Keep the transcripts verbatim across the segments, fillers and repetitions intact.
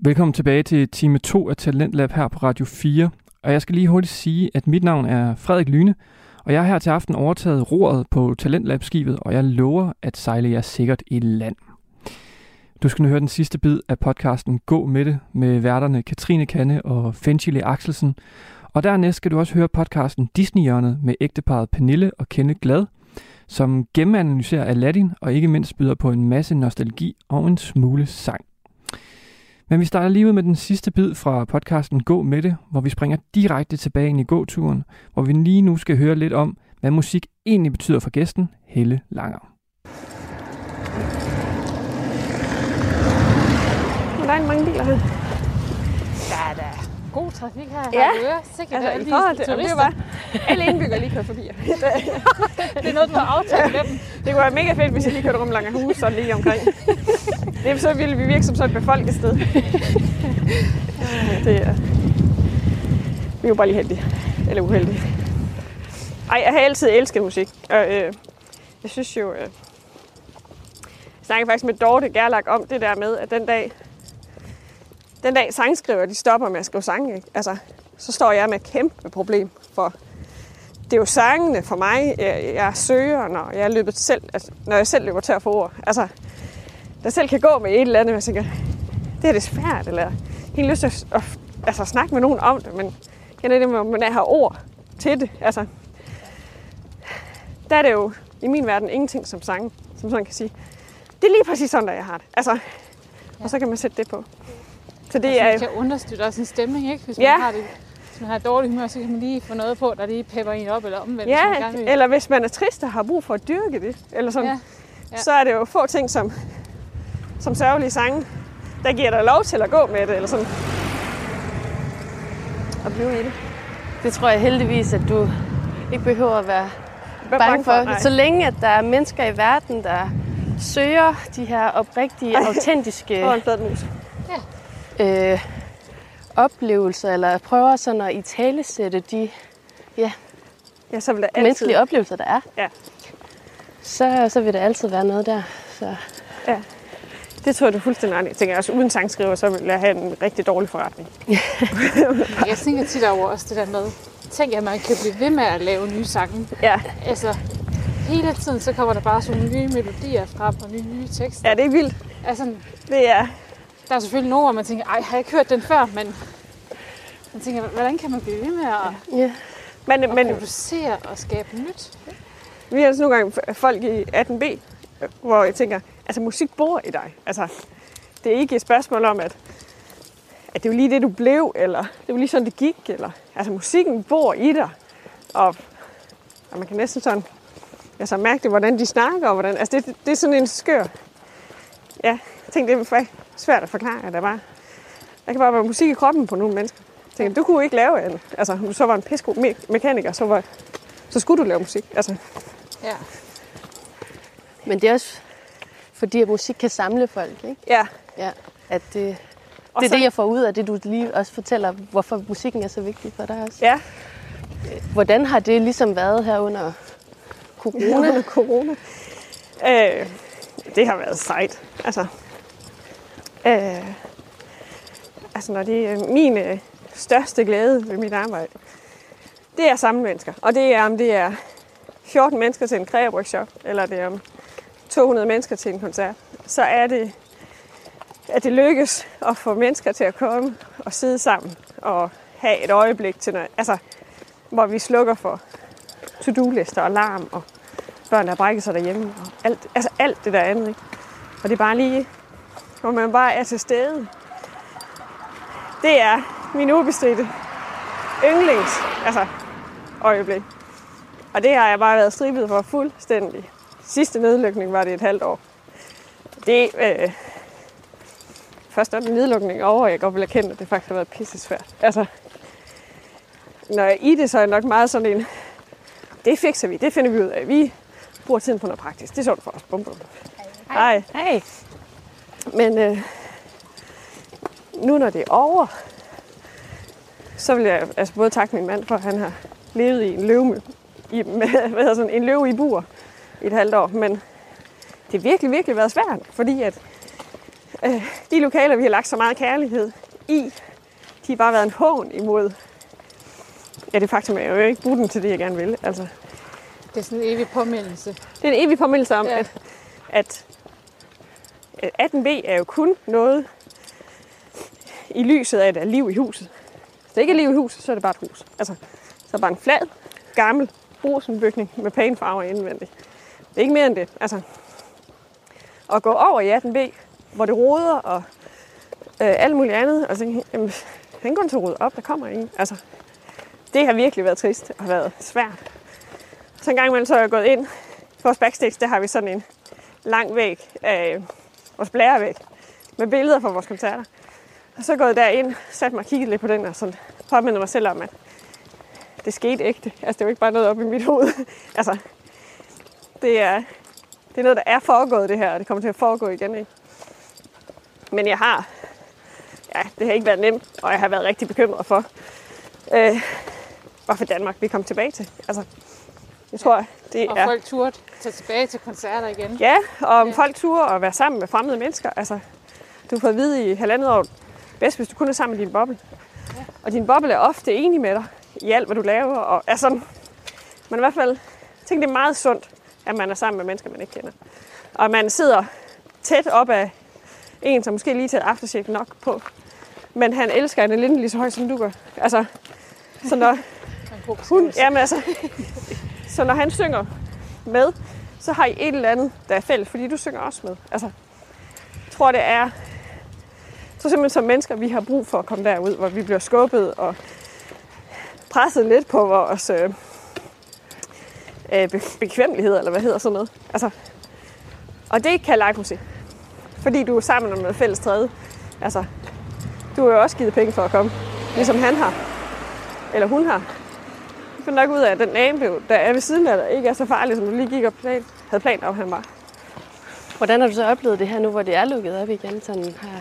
Velkommen tilbage til time to af Talentlab her på Radio fire. Og jeg skal lige hurtigt sige, at mit navn er Frederik Lyne, og jeg har her til aften overtaget roret på Talentlab-skibet, og jeg lover at sejle jer sikkert i land. Du skal nu høre den sidste bid af podcasten Gå med det med værterne Katrine Kanne og Fenchile Axelsen. Og dernæst skal du også høre podcasten Disney-hjørnet med ægteparret Pernille og Kenneth Glad, som gennemanalyserer Aladdin og ikke mindst byder på en masse nostalgi og en smule sang. Men vi starter lige ud med den sidste bid fra podcasten Gå med det, hvor vi springer direkte tilbage ind i gåturen, hvor vi lige nu skal høre lidt om, hvad musik egentlig betyder for gæsten, Helle Langer. Der er mange biler her. Der er da god trafik her. Ja, Sikkert altså i forhold til, det er bare alle indbyggere lige kører forbi. Det er noget, du har aftalt med dem. Det kunne være mega fedt, hvis jeg lige kørte rundt langt af hus sådan lige omkring. Det er så ville vi virke som sådan et befolket sted. Det er... Vi er jo bare lige heldige. Eller uheldige. Ej, jeg har altid elsket musik. Og øh, jeg synes jo... Øh... Jeg snakker faktisk med Dorte Gerlach om det der med, at den dag... Den dag sangskriver, de stopper med at skrive sange, ikke? Altså, så står jeg med et kæmpe problem, for det er jo sangene for mig, jeg, jeg søger, når jeg løbet selv, altså, når jeg selv løber tør for ord. Altså, der selv kan gå med et eller andet, og jeg tænker, det er det svært, eller jeg har helt lyst til at, at altså, snakke med nogen om det, men jeg ved det, hvor man har ord til det. Altså, der er det jo i min verden ingenting som sange, som sådan kan sige. Det er lige præcis sådan, der jeg har det. Altså, ja. Og så kan man sætte det på. Så det altså, er man kan understøtte også en stemning, ikke? Hvis man ja. har det, hvis man har dårlig humør, så kan man lige få noget på, der lige pepper en op eller omvendt. Ja, hvis man gerne vil. Eller hvis man er trist og har brug for at dyrke det, eller sådan, ja. Ja. Så er det jo få ting som, som sørgelige sange, der giver dig lov til at gå med det, eller sådan. Og blive i det. Det tror jeg heldigvis, at du ikke behøver at være bange for. for så længe, at der er mennesker i verden, der søger de her oprigtige, Ej. autentiske... Og en flad mus. Ja. Øh, oplevelser, eller prøver sådan at italesætte de ja, ja, så vil der altid... menneskelige oplevelser, der er. Ja. Så, så vil der altid være noget der. Så. Ja, det tror jeg, du er fuldstændig ret. Jeg tænker også, uden sangskriver, så vil jeg have en rigtig dårlig forretning. Jeg tænker tit over også det der med, tænk at man kan blive ved med at lave nye sange. Ja. Altså, hele tiden så kommer der bare sådan nye melodier frem og nye, nye tekster. Ja, det er vildt. Altså, det er... Der er selvfølgelig nogle, hvor man tænker, ej, har jeg ikke hørt den før, men man tænker, hvordan kan man blive ved med at, ja. men, at men, producere og skabe nyt? Vi har altså nogle gange folk i atten B, hvor jeg tænker, altså musik bor i dig. Altså, det er ikke et spørgsmål om, at, at det er jo lige det, du blev, eller det er jo lige sådan, det gik, eller altså musikken bor i dig, og, og man kan næsten sådan altså, mærke det, hvordan de snakker, og hvordan, altså det, det er sådan en skør, ja, jeg tænkte, det er svært at forklare, at der bare, der kan bare være musik i kroppen på nogle mennesker. Jeg tænkte, du kunne ikke lave andet. Altså, hvis du så var en pissegod me- mekaniker, så, var, så skulle du lave musik. Altså. Ja. Men det er også fordi, at musik kan samle folk, ikke? Ja. Ja. At det, det er så, det, jeg får ud af det, du lige også fortæller, hvorfor musikken er så vigtig for dig også. Ja. Hvordan har det ligesom været her under corona? Ja, under corona. Øh, det har været sejt. Altså, øh, altså når det er min øh, største glæde ved mit arbejde, det er samme mennesker. Og det er, om det er fjorten mennesker til en kreaworkshop, eller det er om to hundrede mennesker til en koncert, så er det, at det lykkes at få mennesker til at komme og sidde sammen og have et øjeblik til noget, altså, hvor vi slukker for to-do-lister og larm og børn, der brækker sig derhjemme og alt, altså alt det der andet, ikke? Og det er bare lige, hvor man bare er til stede. Det er min ubestridte yndlings, altså øjeblik. Og det har jeg bare været stribet for fuldstændig. Sidste nedlukning var det et halvt år. Det øh, først er den nedlukning over, jeg godt vil erkende, at det faktisk har været pissesvært. Altså, når jeg er i det, så er jeg nok meget sådan en, det fikser vi, det finder vi ud af. Vi bruger tiden på noget praktisk. Det er sådan for os. Bum, bum. Hej. Hej. Men øh, nu når det er over, så vil jeg altså både takke min mand for, at han har levet i en løve i, med, hvad hedder sådan, en løve i bur i et halvt år. Men det har virkelig, virkelig været svært, fordi at Øh, de lokaler, vi har lagt så meget kærlighed i, de har bare været en hån imod. Ja, det faktum er, jeg jo ikke bruge den til det, jeg gerne vil. Altså, det er sådan en evig påmindelse. Det er en evig påmindelse om, ja. at, at atten B er jo kun noget i lyset af, at der er liv i huset. Hvis der ikke er liv i huset, så er det bare et hus. Altså, så er det bare en flad, gammel brusenbygning med pæne farver indvendigt. Det er ikke mere end det. Altså, at gå over i atten B, hvor det roder og øh, alt muligt andet, og så jamen, den går til at rydde op, der kommer ingen. Altså, det har virkelig været trist og været svært. Så en gang imellem så er jeg gået ind. For vores backstage, der har vi sådan en lang væg af vores blærevæg med billeder fra vores koncerter. Og så er jeg gået derind, satte mig og kiggede lidt på den og sådan påmindede mig selv om, at det skete ægte. Altså, det er jo ikke bare noget op i mit hoved. Altså, det er, det er noget, der er foregået det her, og det kommer til at foregå igen, ikke? Men jeg har, ja, det har ikke været nemt, og jeg har været rigtig bekymret for, øh, hvorfor Danmark vi kom tilbage til. Altså, jeg tror, det og er... folk turde tage tilbage til koncerter igen. Ja, og om ja. folk turde at være sammen med fremmede mennesker. Altså, du har fået at vide i halvandet år, bedst hvis du kun er sammen med din boble. Ja. Og din boble er ofte enig med dig i alt, hvad du laver. Og er sådan, men i hvert fald, jeg tænker, det er meget sundt, at man er sammen med mennesker, man ikke kender. Og man sidder tæt op af en, som måske lige taget aftershave nok på. Men han elsker Anne Linde lige så højt, som du gør. Altså, så når, hun, jamen altså, så når han synger med, så har I et eller andet, der er fælles, fordi du synger også med. Altså, jeg tror, det er... Så simpelthen som mennesker, vi har brug for at komme derud, hvor vi bliver skubbet og presset lidt på vores øh, bekvemmelighed, eller hvad hedder sådan noget. Altså, og det kan live musik. Fordi du er sammen om noget fælles træde. Altså, du har jo også givet penge for at komme, ligesom han har. Eller hun har. Jeg finder nok ud af, at den name, der er ved siden af dig, ikke er så farlig, som du lige gik og plan, havde planer om, han var. Hvordan har du så oplevet det her nu, hvor det er lukket op igen? Sådan her?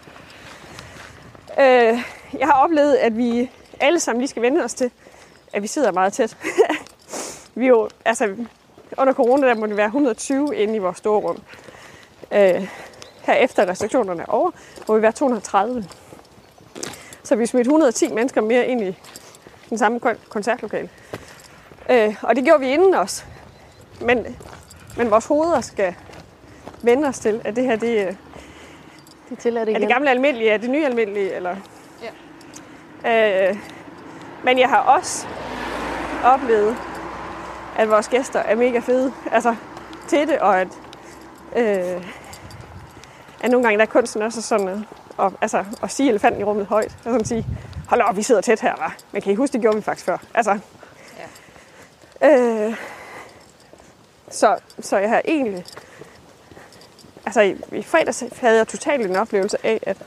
Øh, jeg har oplevet, at vi alle sammen lige skal vende os til, at vi sidder meget tæt. vi jo, altså, under corona, der må det være et hundrede og tyve inde i vores store rum. Øh, her efter restriktionerne er over, må vi være to hundrede og tredive. Så vi smidt et hundrede og ti mennesker mere ind i den samme koncertlokale. Øh, og det gjorde vi inden os. Men, men vores hoveder skal vende os til, at det her, det, det, tillader det er det gamle almindelige, er det nye almindelige. Eller... Ja. Øh, men jeg har også oplevet, at vores gæster er mega fede. Altså til det, og at, øh, at nogle gange der er kunsten også sådan noget. Og, altså, at sige elefanten i rummet højt. Og sådan sige, hold op, vi sidder tæt her, hva'? Men kan I huske, det gjorde vi faktisk før? Altså, ja. øh, så, så jeg har egentlig... Altså, i, i fredags havde jeg totalt en oplevelse af, at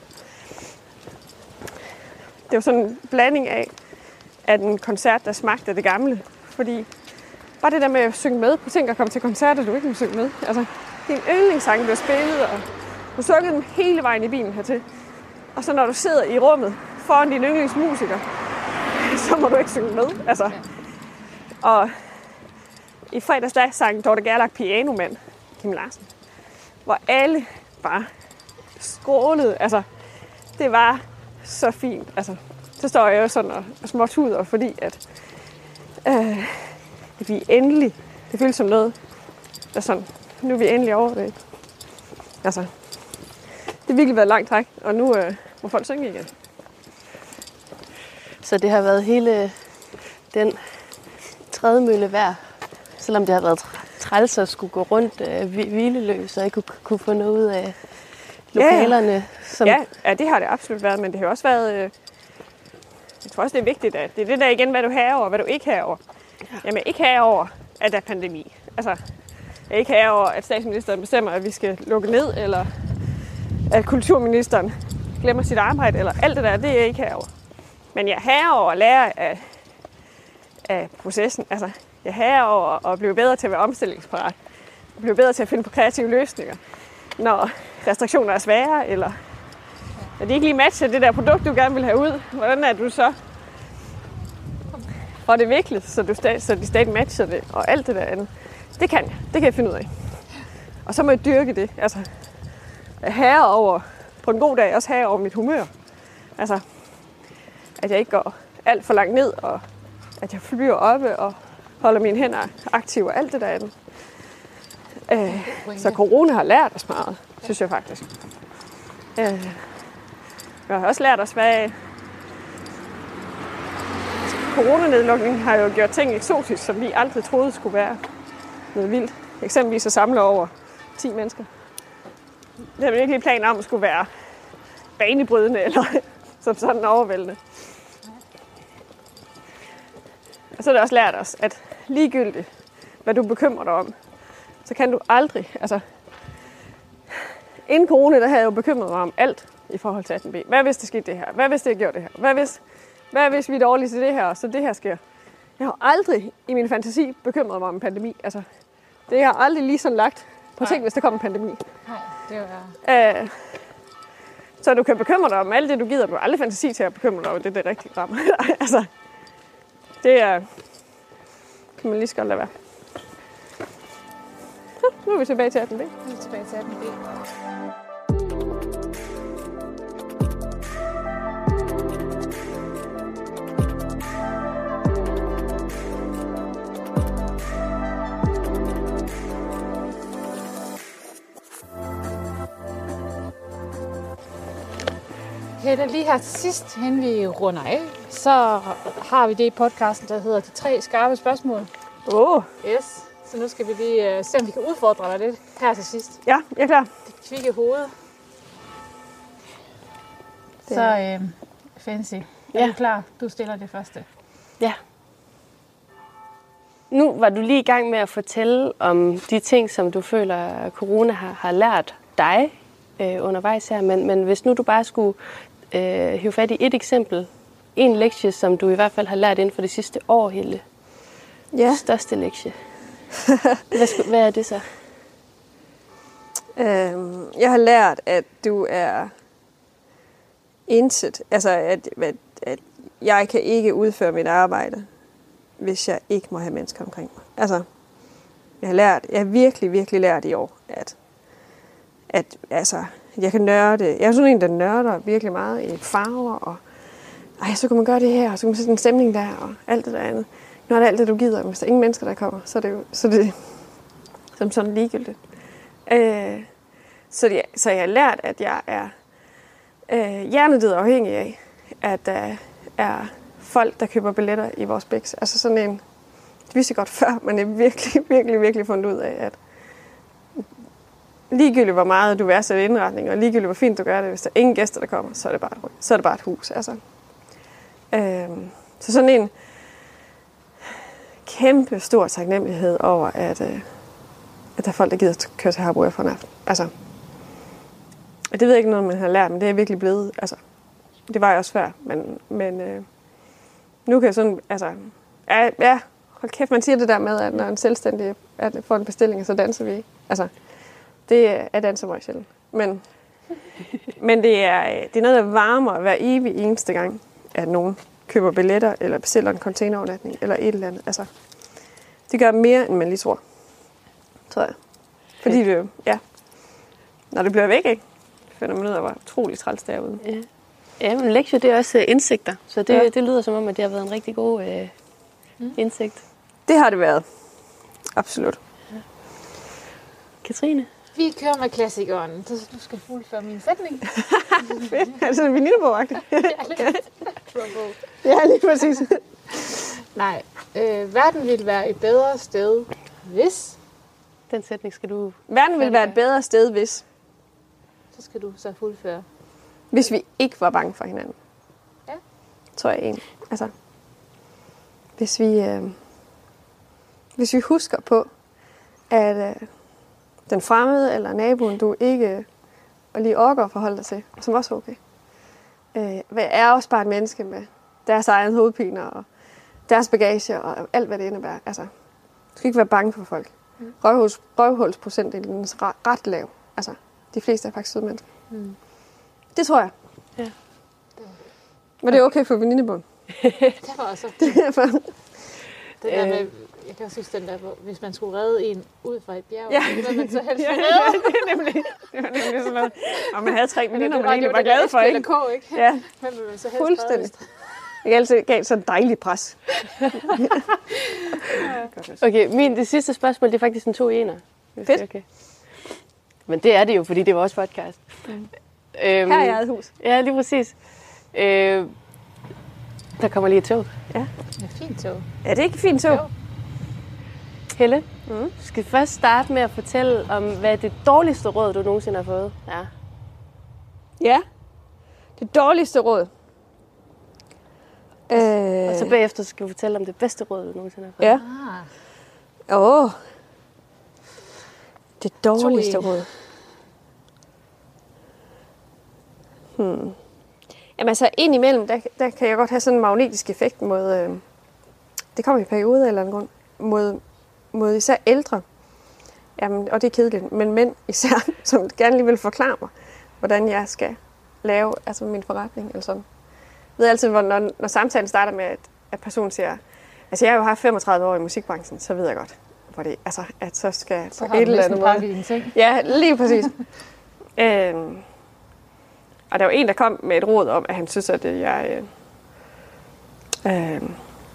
det var sådan en blanding af, at en koncert, der smagte af det gamle. Fordi bare det der med at synge med, på tænk at komme til koncerter, du ikke må synge med. Altså, din yndlingssang blev spillet, og du sukkede dem hele vejen i bilen hertil. Og så når du sidder i rummet foran din yndlingsmusiker, så må du ikke synge med. Altså. Og i fredags der sang Dorte Gerlach Pianomand, Kim Larsen, hvor alle bare skrålede. Altså, det var så fint. Altså, så står jeg jo sådan og, og småtuder, fordi at, øh, at vi endelig, det føles som noget, der sådan, nu er vi endelig over det. Altså, det har virkelig været langt træk, og nu øh, må folk synge igen. Så det har været hele den trædemølle værd, selvom det har været træls at skulle gå rundt øh, hvileløs, og ikke kunne, kunne få noget ud af lokalerne. Ja, som... ja, ja, det har det absolut været, men det har også været... Øh, jeg tror også, det er vigtigt, at det er det der igen, hvad du har over, hvad du ikke har over. Ja. Jamen, ikke har over, at der er pandemi. Altså, jeg ikke har over, at statsministeren bestemmer, at vi skal lukke ned, eller at kulturministeren glemmer sit arbejde, eller alt det der, det er jeg ikke herover. Men jeg har over at lære af, af processen. Altså, jeg har over at blive bedre til at være omstillingsparat. Blive bedre til at finde på kreative løsninger. Når restriktioner er svære, eller at det ikke lige matcher det der produkt, du gerne vil have ud. Hvordan er du så får det viklet, så, du stadig, så de stadig matcher det, og alt det der andet. Det kan jeg. Det kan jeg finde ud af. Og så må jeg dyrke det. Altså, herover på en god dag også have over mit humør. Altså, at jeg ikke går alt for langt ned, og at jeg flyver oppe og holder mine hænder aktive og alt det der andet. Øh, så corona har lært os meget, synes jeg faktisk. Øh, jeg har også lært os, hvad coronanedlukningen har jo gjort ting eksotisk, som vi aldrig troede skulle være noget vildt. Eksempelvis at samle over ti mennesker. Det har vi ikke lige planer om at skulle være banebrydende eller som sådan overvældende. Og så har det også lært os, at ligegyldigt, hvad du bekymrer dig om, så kan du aldrig, altså inden corona, der havde jeg jo bekymret mig om alt i forhold til atten B. Hvad hvis det skete det her? Hvad hvis det gjorde det her? Hvad hvis, hvad hvis vi er dårlige til det her, så det her sker? Jeg har aldrig i min fantasi bekymret mig om en pandemi. Altså, det har jeg aldrig lige sådan lagt på ting, hvis der kommer en pandemi. Nej, det er jo... Øh, så du kan bekymre dig om alt det, du gider. Du har aldrig fantasi til at bekymre dig over det, det rigtige ramme. Altså, det er... kan man lige så godt lade være. Så, nu er vi tilbage til atten B. Nu er vi tilbage til atten B. Peter, lige her til sidst, inden vi runder af, så har vi det i podcasten, der hedder De tre skarpe spørgsmål. Åh, oh. Yes. Så nu skal vi lige uh, se, om vi kan udfordre dig lidt her til sidst. Ja, jeg er klar. Det kvikke hoved. Det... Så øh, Fancy, er ja. du klar? Du stiller det første. Ja. Nu var du lige i gang med at fortælle om de ting, som du føler, at corona har, har lært dig øh, undervejs her. Men, men hvis nu du bare skulle øh, hive fat i et eksempel, en lektie, som du i hvert fald har lært inden for det sidste år, Hilde. Ja. Største lektie. Hvad, sku, hvad er det så? Øhm, jeg har lært, at du er indsat. Altså, at, at, at jeg kan ikke udføre mit arbejde, hvis jeg ikke må have mennesker omkring mig. Altså, jeg har lært, jeg har virkelig, virkelig lært i år, at, at altså, jeg kan nørde. Jeg er sådan en, der nørder virkelig meget i farver, og ej, så kan man gøre det her, og så kan man sætte en stemning der, og alt det der andet. Nu er det alt det, du gider, hvis der er ingen mennesker, der kommer, så er det jo så er det, som sådan ligegyldigt. Øh, så, det, så jeg har lært, at jeg er øh, hjernedød afhængig af, at der er folk, der køber billetter i vores bæks. Altså sådan en, det vidste jeg godt før, men det er virkelig, virkelig, virkelig fundet ud af, at ligegyldigt hvor meget du værdsætter indretning, og ligegyldigt hvor fint du gør det, hvis der er ingen gæster, der kommer, så er det bare et, så er det bare et hus. Altså. Øh, så sådan en kæmpe stor taknemmelighed over, at, øh, at der er folk, der gider at køre til Harboøre for en aften. Altså, og det ved jeg ikke noget, man har lært, men det er virkelig blevet. Altså, det var jeg også før, men, men øh, nu kan jeg sådan, altså, ja, ja, hold kæft, man siger det der med, at når en selvstændig at får en bestilling, så danser vi. Altså, det er danser mig sjældent. Men, men det, er, det er noget, der varmer hver evig eneste gang, at nogen køber billetter, eller bestiller en containerovernatning, eller et eller andet. Altså, det gør mere, end man lige tror. Tror jeg. Fordi det, ja, når det bliver væk, ikke? Finder man ud af, hvor utroligt træls derude. Ja. Ja, men lektier, det er også uh, indsigter. Så det, ja. det lyder som om, at det har været en rigtig god uh, mm. indsigt. Det har det været. Absolut. Ja. Katrine? Vi kører med klassikeren, så du skal fuldføre min sætning. Fedt. Er det sådan en vinilbog-agtigt? Ja, lidt. Ja, lige præcis. Nej, øh, verden ville være et bedre sted, hvis... Den sætning skal du... Verden ville være et bedre sted, hvis... Så skal du så fuldføre. Hvis vi ikke var bange for hinanden. Ja. Tror jeg egentlig. Altså, hvis vi, øh, hvis vi husker på, at øh, den fremmede eller naboen, du ikke øh, og lige orker at forholde dig til, som også er okay, øh, er også bare et menneske med deres egen hovedpiner og deres bagage og alt, hvad det indebærer. Altså, du skal ikke være bange for folk. Mm. Røvhuls, røvhulsprocentdelen er ret lav. Altså, de fleste er faktisk søde mennesker. Mm. Det tror jeg. Ja. Var det okay for venindebogen? Det var også. Det er for... Det der med, jeg kan også huske den der, hvor, hvis man skulle redde en ud fra et bjerg, Ja. hvad man så helst Ja, ville ja, redde. det er nemlig, det var nemlig sådan noget. Og man havde tre Men minutter, det man var, egentlig det var var glad for, ikke? Eller K, ikke? Ja, Hvem vil man så helst fuldstændig. redde? Jeg altid gav sådan en dejlig pres. Okay, min, det sidste spørgsmål, det er faktisk en to ener. hvis Fedt. det er Okay. Men det er det jo, fordi det er vores podcast. Mm. Øhm, Her er eget hus. Ja, lige præcis. Øh, der kommer lige et tog. Ja. Det er fint tog. Ja, det er ikke fint tog. Jo. Helle, mm. du skal først starte med at fortælle om, hvad det dårligste råd, du nogensinde har fået er. Ja, det dårligste råd. Øh, Og så bagefter skal du fortælle om det bedste råd, du nogensinde har fået. Ja. Ah. Åh. Det dårligste To en. råd. Hmm. Jamen altså, indimellem, der, der kan jeg godt have sådan en magnetisk effekt mod, øh, det kommer i perioder eller anden grund, mod, mod især ældre. Jamen, og det er kedeligt, men mænd især, som gerne lige vil forklare mig, hvordan jeg skal lave altså min forretning eller sådan. Jeg ved altid, hvor, når, når samtalen starter med, at, at personen siger, altså jeg har jo haft femogtredive år i musikbranchen, så ved jeg godt, hvor det, altså, at så skal Så på har et du eller næsten andet måde. pakket dine ting. Ja, lige præcis. øhm, og der var en, der kom med et råd om, at han synes, at jeg... Øh, øh,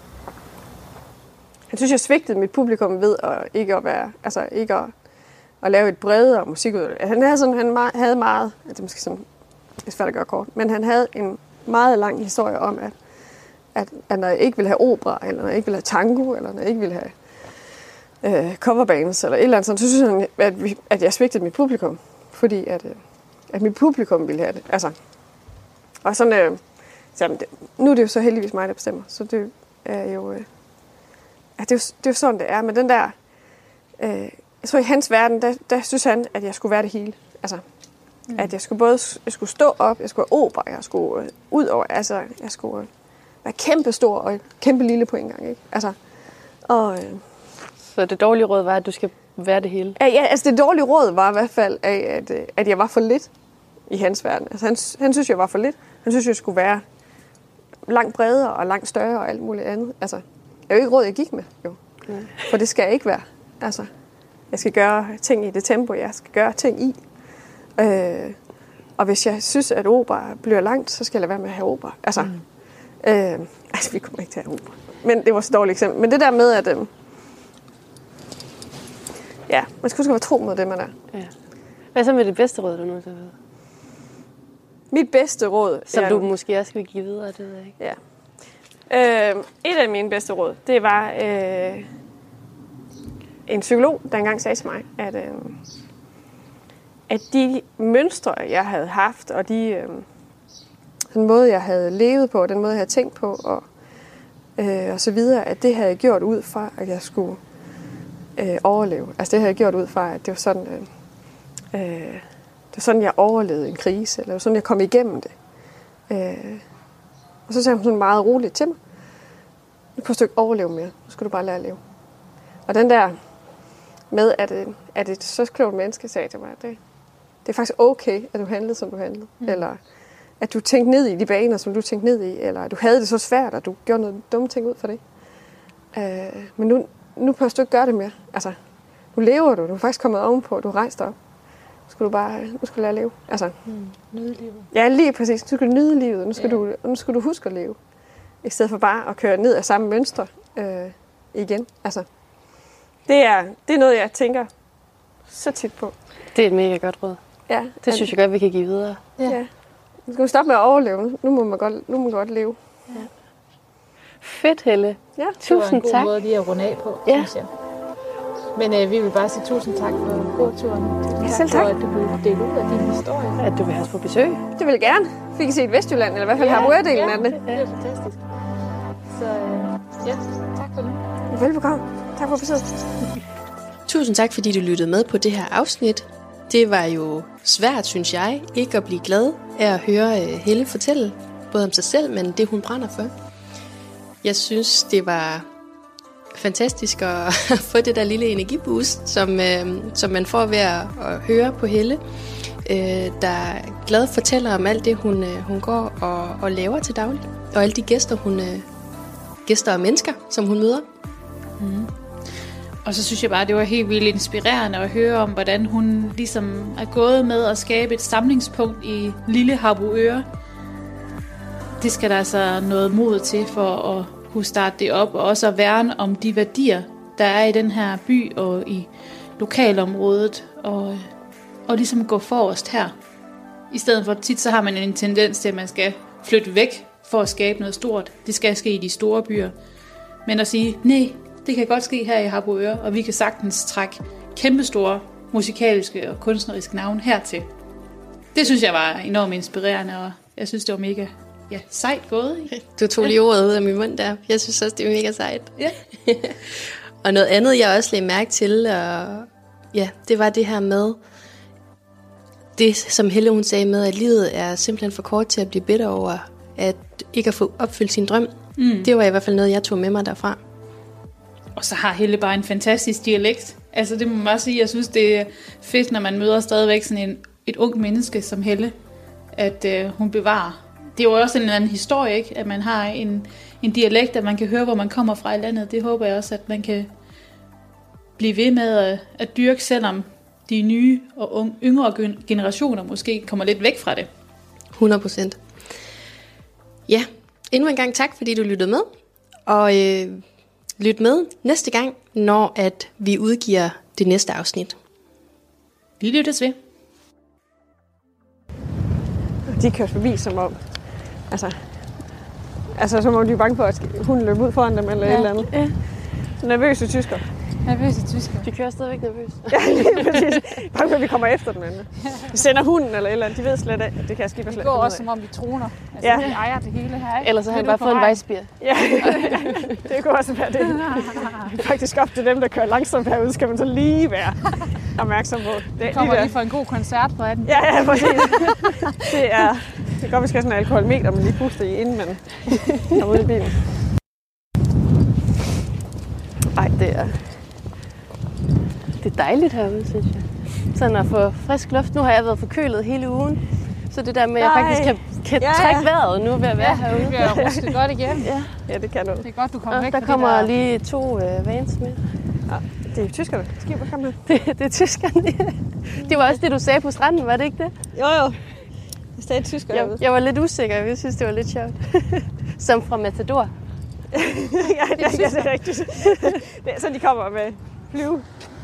han synes, jeg svigtede mit publikum ved at ikke at være... Altså ikke at, at lave et bredere musikudvalg. Han havde, sådan, han meget, havde meget... Det er måske sådan... Det er svært at gøre kort. Men han havde en meget lang historie om, at, at, at når jeg ikke ville have opera, eller når jeg ikke ville have tango, eller når jeg ikke ville have øh, coverbands, eller et eller andet, så synes han, at, vi, at jeg svigtede mit publikum. Fordi at, øh, at mit publikum ville have det. Altså. Og sådan... Øh, så, det, nu er det jo så heldigvis mig, der bestemmer. Så det er jo... Øh, ja, det, er jo det er jo sådan, det er. Men den der... Øh, jeg tror, i hans verden, der, der synes han, at jeg skulle være det hele. Altså... Mm. At jeg skulle både jeg skulle stå op, jeg skulle have opera, jeg skulle øh, ud over, altså jeg skulle øh, være kæmpe stor og kæmpe lille på en gang, ikke? Altså, og, øh, Så det dårlige råd var, at du skal være det hele? ja, ja, altså det dårlige råd var i hvert fald, af, at, øh, at jeg var for lidt i hans verden. Altså han, han synes, jeg var for lidt. Han synes, jeg skulle være langt bredere og langt større og alt muligt andet. Altså, det er jo ikke råd, jeg gik med, jo. Mm. For det skal jeg ikke være. Altså, jeg skal gøre ting i det tempo, jeg skal gøre ting i. Øh, og hvis jeg synes, at opera bliver langt, så skal jeg lade være med at have opera. Altså, mm. øh, altså vi kommer ikke til at have opera. Men det var så et dårligt eksempel. Men det der med, at øh, ja, man skal huske at være tro mod det, man er. Ja. Hvad så med det bedste råd, du nogensinde har fået? Mit bedste råd... Som ja, du måske også vil give videre, det ved jeg ikke. Ja. Øh, et af mine bedste råd, det var øh, en psykolog, der engang sagde til mig, at... Øh, at de mønstre, jeg havde haft, og de, øh, den måde, jeg havde levet på, den måde, jeg havde tænkt på, og, øh, og så videre, at det havde jeg gjort ud fra, at jeg skulle øh, overleve. Altså det havde jeg gjort ud fra, at det var sådan, øh, øh, det var sådan, jeg overlevede en krise, eller det var sådan, jeg kom igennem det. Øh, og så sagde hun sådan meget roligt til mig, nu kan du ikke overleve mere, nu skal du bare lære at leve. Og den der med, at, at et så klogt menneske sagde til mig, at det, det er faktisk okay, at du handlede, som du handlede. Mm. Eller at du tænkte ned i de baner, som du tænkte ned i. Eller at du havde det så svært, at du gjorde noget dumme ting ud for det. Øh, men nu, nu behøver du ikke gøre det mere. Altså, nu lever du. Du er faktisk kommet ovenpå. Du har rejst op. Nu skal du bare nu skal du lære at leve. Altså, Mm. Nyde livet. ja, lige præcis. Nu skal du nyde livet. Nu skal, Ja. du, nu skal du huske at leve. I stedet for bare at køre ned af samme mønster øh, igen. Altså, det er, det er noget, jeg tænker så tit på. Det er et mega godt råd. Ja, Det synes jeg godt, vi kan give videre. Ja. ja. Nu skal vi stoppe med at overleve. Nu må man godt, nu må man godt leve. Fedt, Helle. Ja. Det var en Tusind god tak. måde lige at runde af på, Ja. synes jeg. Men øh, vi vil bare sige tusind tak for gåturen. Tusind Ja, selv tak. for, at du ville dele ud af din historie. At du vil have os på besøg. Det vil jeg gerne. Fik I set Vestjylland, eller i hvert fald har delen ja, af det. det er fantastisk. Så øh, ja, tak for nu. Velbekomme. Tak for besøget. Tusind tak, fordi du lyttede med på det her afsnit. Det var jo svært, synes jeg, ikke at blive glad af at høre Helle fortælle, både om sig selv, men det hun brænder for. Jeg synes, det var fantastisk at få det der lille energiboost, som, øh, som man får ved at, at høre på Helle, øh, der glad fortæller om alt det, hun, øh, hun går og, og laver til daglig, og alle de gæster, hun, øh, gæster og mennesker, som hun møder. Mm. Og så synes jeg bare, det var helt vildt inspirerende at høre om, hvordan hun ligesom er gået med at skabe et samlingspunkt i lille Harboøre. Det skal der altså noget mod til for at kunne starte det op, og også at værne om de værdier, der er i den her by og i lokalområdet, og, og ligesom gå forrest her. I stedet for tit, så har man en tendens til, at man skal flytte væk for at skabe noget stort. Det skal ske i de store byer. Men at sige, nej, det kan godt ske her i Harboøre, og vi kan sagtens trække kæmpestore musikalske og kunstneriske navne hertil. Det synes jeg var enormt inspirerende, og jeg synes, det var mega ja, sejt gået. Du tog lige ordet ud af min mund der. Jeg synes også, det er mega sejt. Ja. Og noget andet, jeg også lagde mærke til, og ja, det var det her med, det som Helle hun sagde med, at livet er simpelthen for kort til at blive bitter over, at ikke at få opfyldt sin drøm. Mm. Det var i hvert fald noget, jeg tog med mig derfra. Og så har Helle bare en fantastisk dialekt. Altså det må man bare sige, jeg synes, det er fedt, når man møder stadigvæk sådan en, et ung menneske som Helle, at øh, hun bevarer. Det er jo også en anden historie, ikke? At man har en, en dialekt, at man kan høre, hvor man kommer fra i landet. Det håber jeg også, at man kan blive ved med at, at dyrke, selvom de nye og unge, yngre generationer måske kommer lidt væk fra det. hundrede procent. Ja, endnu en gang tak, fordi du lyttede med. Og øh, lyt med næste gang, når at vi udgiver det næste afsnit. Vi lyttes ved. De kørte forbi som om, altså, altså som om de er bange for, at hunden løber ud foran dem eller ja. et eller andet. Ja. Nervøse tysker. Nervøse tysker. De kører stadigvæk nervøst. Ja, lige præcis. Bange for, at vi kommer efter dem. Vi sender hunden eller et eller andet. De ved slet af, det kan jeg skifte slet. Det går også, som om vi troner. Altså, ja. de ejer det hele her, ikke? Ellers så har jeg bare fået en vejsbier. Ja, det kunne også være det. Faktisk op til dem, der kører langsomt herude, skal man så lige være opmærksom på. Det kommer lige, lige for en god koncert på den. Ja, ja, præcis. Det er, det er godt, vi skal have sådan en alkoholmeter, man lige puster i, inden man kommer ud i bilen. Ej, det er... Det er dejligt herude, synes jeg. Sådan at få frisk luft. Nu har jeg været forkølet hele ugen. Så det der med, at jeg faktisk kan, kan ja, trække vejret nu ved at være ja, herude. Det bliver rusket godt igen. Ja. Ja, det kan du. Det er godt, du kommer og væk. Der kommer der... lige to øh, vans med. Ja, det er jo tyskerne. Skib, hvor kommer det? Det er tyskerne, ja. Det var også det, du sagde på stranden, var det ikke det? Jo, jo. Det er stadig tysker. Jeg, jeg var lidt usikker, jeg synes, det var lidt sjovt. Som fra Matador. ja, det er, ja, det er rigtigt. Så de kommer med flyve.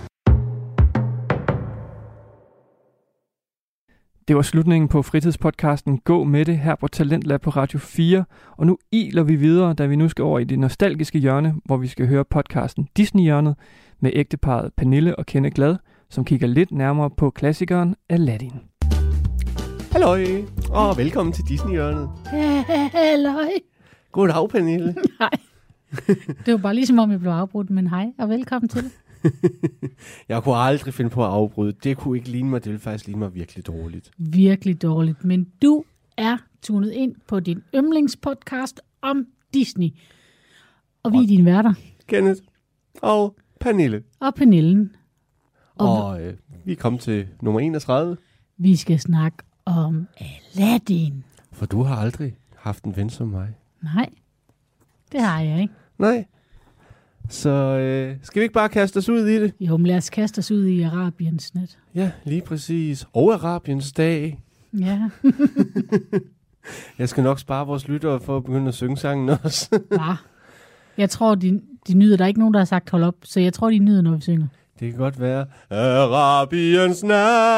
Det var slutningen på fritidspodcasten Gå med det her på Talentlab på Radio fire, og nu iler vi videre, da vi nu skal over i det nostalgiske hjørne, hvor vi skal høre podcasten Disney-hjørnet med ægteparret Pernille og Kenneth Glad, som kigger lidt nærmere på klassikeren Aladdin. Halløj, og velkommen til Disney-hjørnet. Halløj. Goddag, Pernille. Hej. Det var bare ligesom om jeg blev afbrudt, men hej og velkommen til. Jeg kunne aldrig finde på at afbryde. Det kunne ikke ligne mig, det ville faktisk ligne mig virkelig dårligt. Virkelig dårligt, men du er tunet ind på din yndlingspodcast om Disney. Og vi er dine værter. Kenneth og Pernille. Og Pernillen. Og, og øh, vi er kommet til nummer enogtredive. Vi skal snakke om Aladdin. For du har aldrig haft en ven som mig. Nej, det har jeg ikke. Nej. Så øh, skal vi ikke bare kaste os ud i det? Jo, men lad os kaste os ud i Arabiens nat. Ja, lige præcis. Og Arabiens dag. Ja. Jeg skal nok spare vores lyttere for at begynde at synge sangen også. Ja. Jeg tror, de, de nyder. Der er ikke nogen, der har sagt hold op, så jeg tror, de nyder, når vi synger. Det kan godt være. Arabiens nat,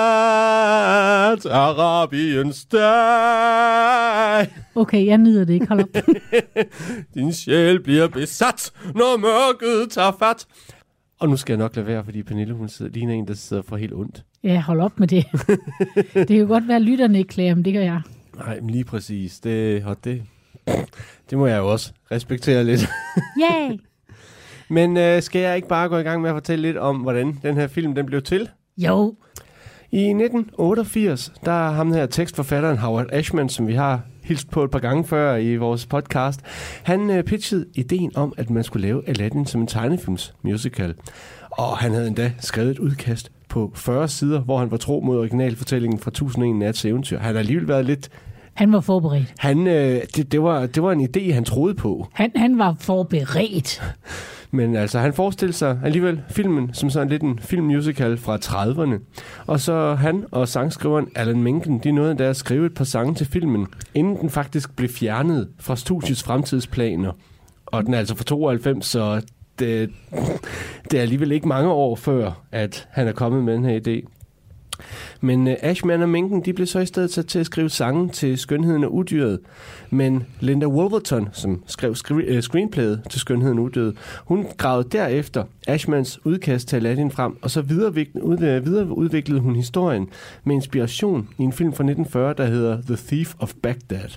Arabiens dag. Okay, jeg nyder det ikke. Hold op. Din sjæl bliver besat, når mørket tager fat. Og nu skal jeg nok lade være, fordi Pernille, hun sidder lige en, der sidder for helt ondt. Ja, hold op med det. Det kan jo godt være, at lytterne ikke klager, men det gør jeg. Nej, men lige præcis. Det, og det, det må jeg jo også respektere lidt. Yay! Men øh, skal jeg ikke bare gå i gang med at fortælle lidt om, hvordan den her film den blev til? Jo. I nitten otteogfirs, der er ham her tekstforfatteren Howard Ashman, som vi har hilst på et par gange før i vores podcast, han øh, pitchede ideen om, at man skulle lave Aladdin som en tegnefilms musical. Og han havde endda skrevet et udkast på fyrre sider, hvor han var tro mod originalfortællingen fra tusind og en Nats eventyr. Han har alligevel været lidt... Han var forberedt. Han, øh, det, det, var, det var en idé, han troede på. Han, han var forberedt. Men altså, han forestiller sig alligevel filmen som sådan lidt en filmmusical fra trediverne. Og så han og sangskriveren Alan Menken, de nåede der at skrive et par sange til filmen, inden den faktisk blev fjernet fra studiets fremtidsplaner. Og den er altså fra tooghalvfems, så det, det er alligevel ikke mange år før, at han er kommet med den her idé. Men uh, Ashman og Menken, de blev så i stedet sat til at skrive sange til Skønheden og Udyret. Men Linda Wolverton, som skrev skri- uh, screenplayet til Skønheden og Udyret, hun gravede derefter Ashmans udkast til Aladdin frem, og så videreudviklede, videreudviklede hun historien med inspiration i en film fra nitten fyrre, der hedder The Thief of Baghdad.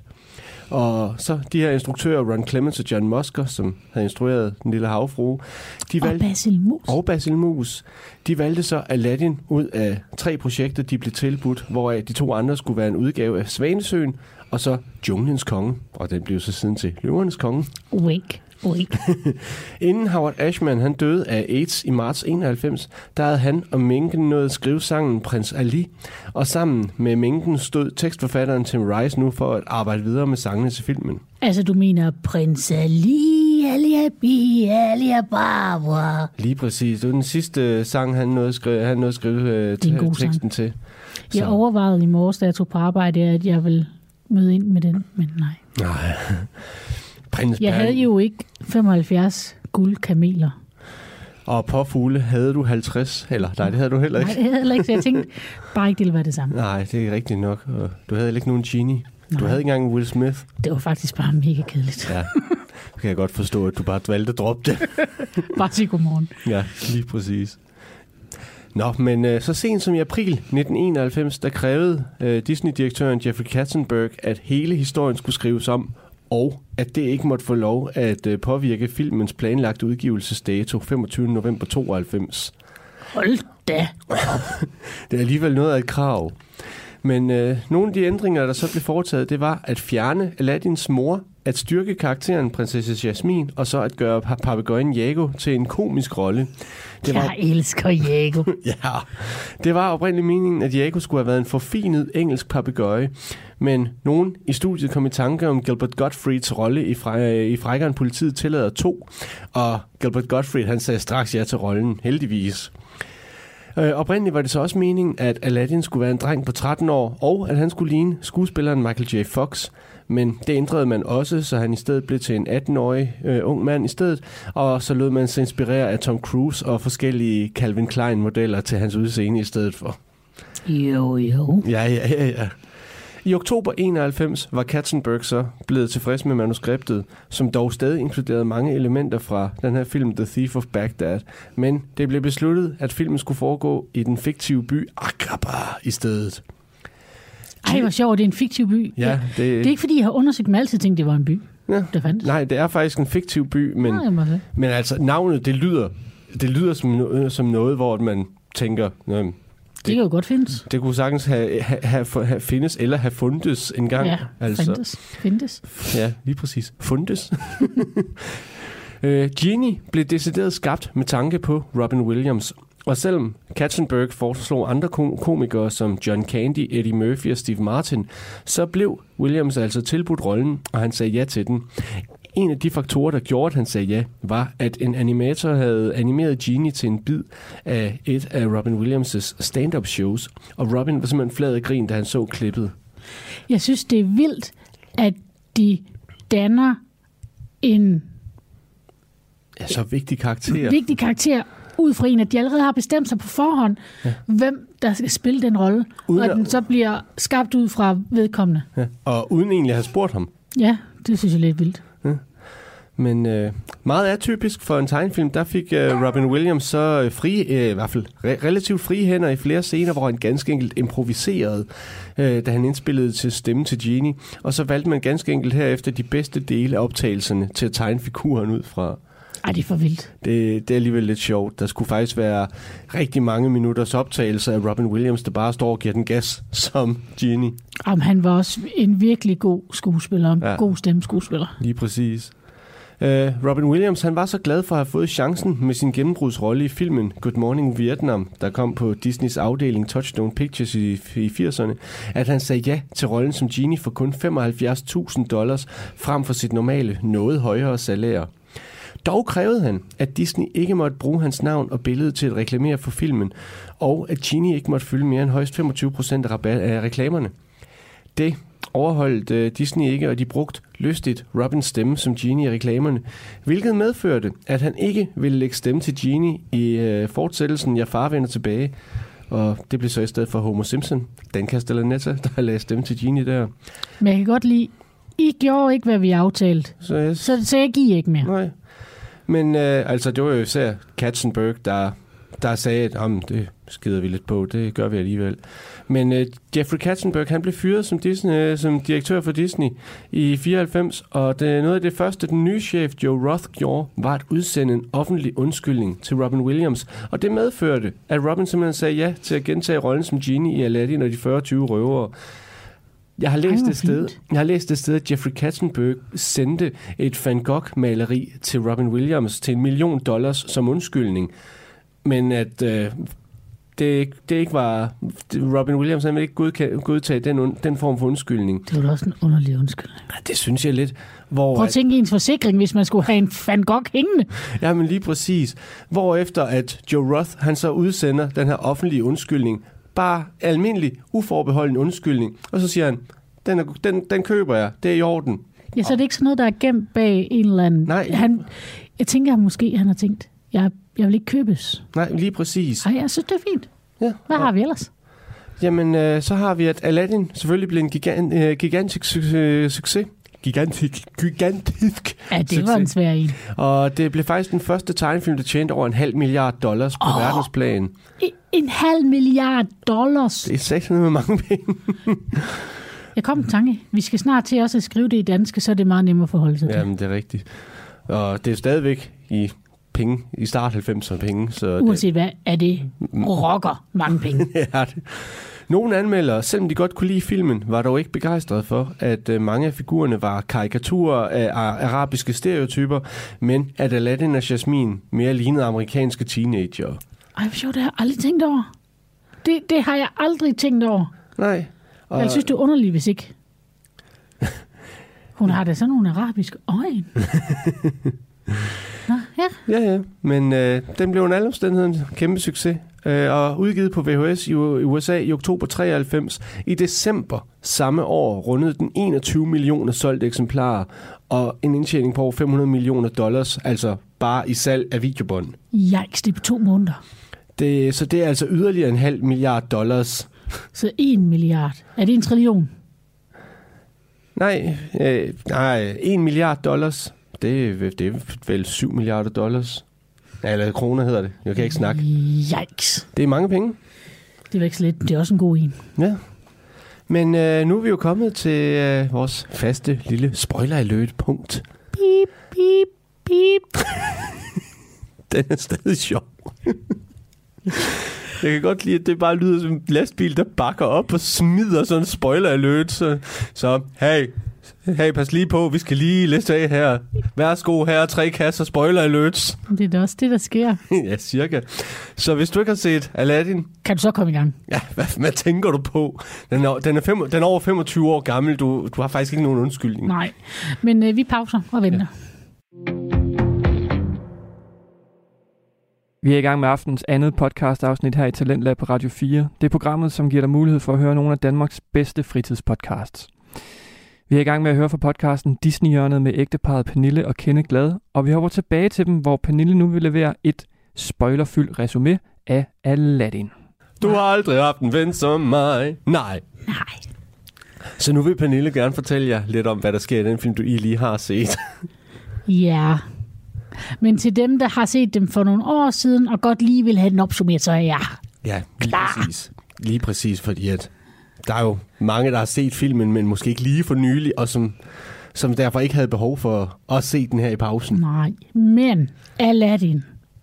Og så de her instruktører, Ron Clements og John Musker, som havde instrueret Den Lille Havfrue, de valgte, og Basil Mus. Og Basil Mus. De valgte så Aladdin ud af tre projekter, de blev tilbudt, hvoraf de to andre skulle være en udgave af Svanesøen, og så Junglens Konge, og den blev så siden til Løvernes Konge. Wink. Wink. Inden Howard Ashman han døde af AIDS i marts enoghalvfems, der havde han og Menken nået at skrive sangen Prins Ali, og sammen med Menken stod tekstforfatteren Tim Rice nu for at arbejde videre med sangene til filmen. Altså, du mener Prins Ali, Ali Abi, Ali Ababa. Lige præcis. Det var den sidste sang, han nåede at skrive, han nåede at skrive uh, t- teksten sang. til. Så. Jeg overvejede i morges, da jeg tog på arbejde, at jeg ville møde ind med den, men nej. Nej. Prins jeg havde jo ikke femoghalvfjerds guldkameler. Og på fugle havde du halvtreds, eller nej, det havde du heller ikke. Nej, det havde jeg heller ikke, så jeg tænkte bare ikke, det ville være det samme. Nej, det er rigtigt nok. Du havde ikke nogen genie. Nej. Du havde ikke engang Will Smith. Det var faktisk bare mega kedeligt. Ja, det kan jeg godt forstå, at du bare valgte at droppe det. Bare sige godmorgen. Ja, lige præcis. Nå, men øh, så sent som i april nitten enoghalvfems, der krævede øh, Disney-direktøren Jeffrey Katzenberg, at hele historien skulle skrives om, og at det ikke måtte få lov at øh, påvirke filmens planlagte udgivelsesdato femogtyvende november tooghalvfems. Hold da! Det er alligevel noget af et krav. Men øh, nogle af de ændringer, der så blev foretaget, det var at fjerne Aladdins mor, at styrke karakteren prinsesse Jasmin, og så at gøre papegøjen Jago til en komisk rolle. Det var... Jeg elsker Jago. Ja, det var oprindeligt meningen, at Jago skulle have været en forfinet engelsk papegøje, men nogen i studiet kom i tanke om Gilbert Gottfrieds rolle i, fre- i Frækkeren Politiet tillader to, og Gilbert Gottfried han sagde straks ja til rollen, heldigvis. Øh, oprindeligt var det så også meningen, at Aladdin skulle være en dreng på tretten år, og at han skulle ligne skuespilleren Michael J. Fox. Men det ændrede man også, så han i stedet blev til en atten-årig øh, ung mand i stedet, og så lod man sig inspirere af Tom Cruise og forskellige Calvin Klein-modeller til hans udseende i stedet for. Jo, jo. Ja, ja, ja, ja. I oktober enoghalvfems var Katzenberg så blevet tilfreds med manuskriptet, som dog stadig inkluderede mange elementer fra den her film The Thief of Baghdad. Men det blev besluttet, at filmen skulle foregå i den fiktive by Aqaba i stedet. Ej, hvor sjovt, det er en fiktiv by. Ja, det... det er ikke fordi, jeg har undersøgt, men altid tænkt, det var en by, ja. der fandtes. Nej, det er faktisk en fiktiv by, men, Nej, men altså navnet, det lyder, det lyder som, noget, som noget, hvor man tænker... Nå, det, det kan jo godt findes. Det kunne sagtens have, have, have, have findes eller have fundes en gang. Ja, altså. findes. findes. Ja, lige præcis. Fundes. uh, Genie blev decideret skabt med tanke på Robin Williams. Og selvom Katzenberg foreslog andre komikere som John Candy, Eddie Murphy og Steve Martin, så blev Williams altså tilbudt rollen, og han sagde ja til den. En af de faktorer, der gjorde, at han sagde ja, var, at en animator havde animeret Genie til en bid af et af Robin Williams' stand-up shows, og Robin var simpelthen flad af grin, da han så klippet. Jeg synes, det er vildt, at de danner en... Ja, så vigtig karakter. Vigtig karakter ud fra en, at de allerede har bestemt sig på forhånd, ja. hvem der skal spille den rolle, uden og at den så bliver skabt ud fra vedkommende. Ja. Og uden egentlig at have spurgt ham. Ja, det synes jeg er lidt vildt. Ja. Men øh, meget atypisk for en tegnefilm, der fik øh, Robin Williams så øh, fri, øh, i hvert fald re- relativt frie hænder i flere scener, hvor han ganske enkelt improviserede, øh, da han indspillede til stemme til Genie. Og så valgte man ganske enkelt herefter de bedste dele af optagelserne til at tegne figuren ud fra. Ej, det er for vildt. Det, det er alligevel lidt sjovt. Der skulle faktisk være rigtig mange minutters optagelser af Robin Williams, der bare står og giver den gas som Genie. Jamen, han var også en virkelig god skuespiller, en ja. god stemmeskuespiller. Lige præcis. Uh, Robin Williams, han var så glad for at have fået chancen med sin gennembrudsrolle i filmen Good Morning Vietnam, der kom på Disneys afdeling Touchstone Pictures i, i firserne, at han sagde ja til rollen som Genie for kun femoghalvfjerds tusind dollars frem for sit normale noget højere salær. Dog krævede han, at Disney ikke måtte bruge hans navn og billede til at reklamere for filmen, og at Genie ikke måtte fylde mere end højst femogtyve procent af, rabat- af reklamerne. Det overholdt øh, Disney ikke, og de brugte lystigt Robins stemme som Genie i reklamerne, hvilket medførte, at han ikke ville lægge stemme til Genie i øh, fortsættelsen Jeg far vender tilbage. Og det blev så i stedet for Homer Simpson, Dan Castellaneta, der lagde stemme til Genie der. Men jeg kan godt lide, I gjorde ikke, hvad vi aftalte. Så jeg, så, så jeg giver ikke mere. Nej. Men øh, altså, det var jo især Katzenberg, der, der sagde, at om det skider vi lidt på, det gør vi alligevel. Men øh, Jeffrey Katzenberg, han blev fyret som, Disney, som direktør for Disney i fireoghalvfems, og det, noget af det første, den nye chef Joe Roth gjorde, var at udsende en offentlig undskyldning til Robin Williams. Og det medførte, at Robin simpelthen sagde ja til at gentage rollen som Genie i Aladdin og de fyrre tyve røvere. Jeg har læst det sted, jeg har læst det sted, at Jeffrey Katzenberg sendte et Van Gogh-maleri til Robin Williams til en million dollars som undskyldning. Men at øh, det, det ikke var... Robin Williams han ville ikke godtage, godtage den, den form for undskyldning. Det var også en underlig undskyldning. Ja, det synes jeg lidt. Hvor Prøv at tænke i ens forsikring, hvis man skulle have en Van Gogh hængende. Ja, men lige præcis. Hvorefter at Joe Roth, han så udsender den her offentlige undskyldning, bare almindelig, uforbeholden undskyldning, og så siger han, den, er, den, den køber jeg, det er i orden. Ja, så er det ikke sådan noget, der er gemt bag en eller anden... Nej. Han, jeg tænker, at måske han har tænkt, jeg, jeg vil ikke købes. Nej, lige præcis. Ej, jeg synes, det er fint. Ja, Hvad ja. har vi ellers? Jamen, øh, så har vi, at Aladdin selvfølgelig blev en gigant, øh, gigantisk su- succes. Gigantisk, gigantisk Ja, det succes. var en svær en. Og det blev faktisk den første tegnefilm, der tjente over en halv milliard dollars på Oh. verdensplan. En, en halv milliard dollars. Det er sekshundrede med mange penge. Jeg kom en tanke. Vi skal snart til også at skrive det i danske, så er det meget nemmere at forholde sig til. Jamen, det er rigtigt. Og det er stadigvæk i penge, i start halvfemserne penge. Så Uanset hvad, er det rocker mange penge. det er det. Nogle anmeldere, selvom de godt kunne lide filmen, var dog ikke begejstrede for, at uh, mange af figurerne var karikaturer af arabiske stereotyper, men at Aladdin og Jasmine mere lignede amerikanske teenager. Ej, hvor sjovt, det har jeg aldrig tænkt over. Det, det har jeg aldrig tænkt over. Nej. Og Jeg synes, det er underligt, hvis ikke. Hun har da sådan nogle arabiske øjne. Nå, ja. Ja, ja. Men øh, den blev en alle omstændighed en kæmpe succes. Øh, og udgivet på V H S i U S A i oktober treoghalvfems. I december samme år rundede den enogtyve millioner solgte eksemplarer. Og en indtjening på over fem hundrede millioner dollars. Altså bare i salg af videobånd. Yikes, det er på to måneder. Det, så det er altså yderligere en halv milliard dollars. Så en milliard. Er det en trillion? Nej, øh, nej, en milliard dollars. Det, det er vel syv milliarder dollars. Eller kroner hedder det. Jeg kan ikke snakke. Yikes. Det er mange penge. Det er ikke så lidt. Det er også en god en. Ja. Men øh, nu er vi jo kommet til øh, vores faste lille spoiler-alert-punkt. Beep, beep, beep. Den er stadig sjov. Jeg kan godt lide, at det bare lyder som en lastbil, der bakker op og smider sådan en spoiler-alert. Så, så hey, hey, pas lige på, vi skal lige læse af her. Værsgo, her er tre kasser spoiler-alerts. Det er da også det, der sker. Ja, cirka. Så hvis du ikke har set Aladdin, Kan du så komme i gang? ja, hvad, hvad tænker du på? Den er, den er, fem, den er over femogtyve år gammel. Du, du har faktisk ikke nogen undskyldning. Nej. Men øh, vi pauser og venter. Ja. Vi er i gang med aftens andet podcast-afsnit her i Talentlab på Radio fire. Det er programmet, som giver dig mulighed for at høre nogle af Danmarks bedste fritidspodcasts. Vi er i gang med at høre fra podcasten Disney-hjørnet med ægteparret Pernille og Kenneth Glad, og vi hopper tilbage til dem, hvor Pernille nu vil levere et spoilerfyldt resume af Aladdin. Du har aldrig haft en ven som mig. Nej. Nej. Så nu vil Pernille gerne fortælle jer lidt om, hvad der sker i den film, du I lige har set. Ja. Men til dem, der har set dem for nogle år siden, og godt lige vil have den opsummeret, så er jeg Ja, lige klar. præcis. Lige præcis, fordi at der er jo mange, der har set filmen, men måske ikke lige for nylig, og som, som derfor ikke havde behov for at se den her i pausen. Nej, men Aladdin.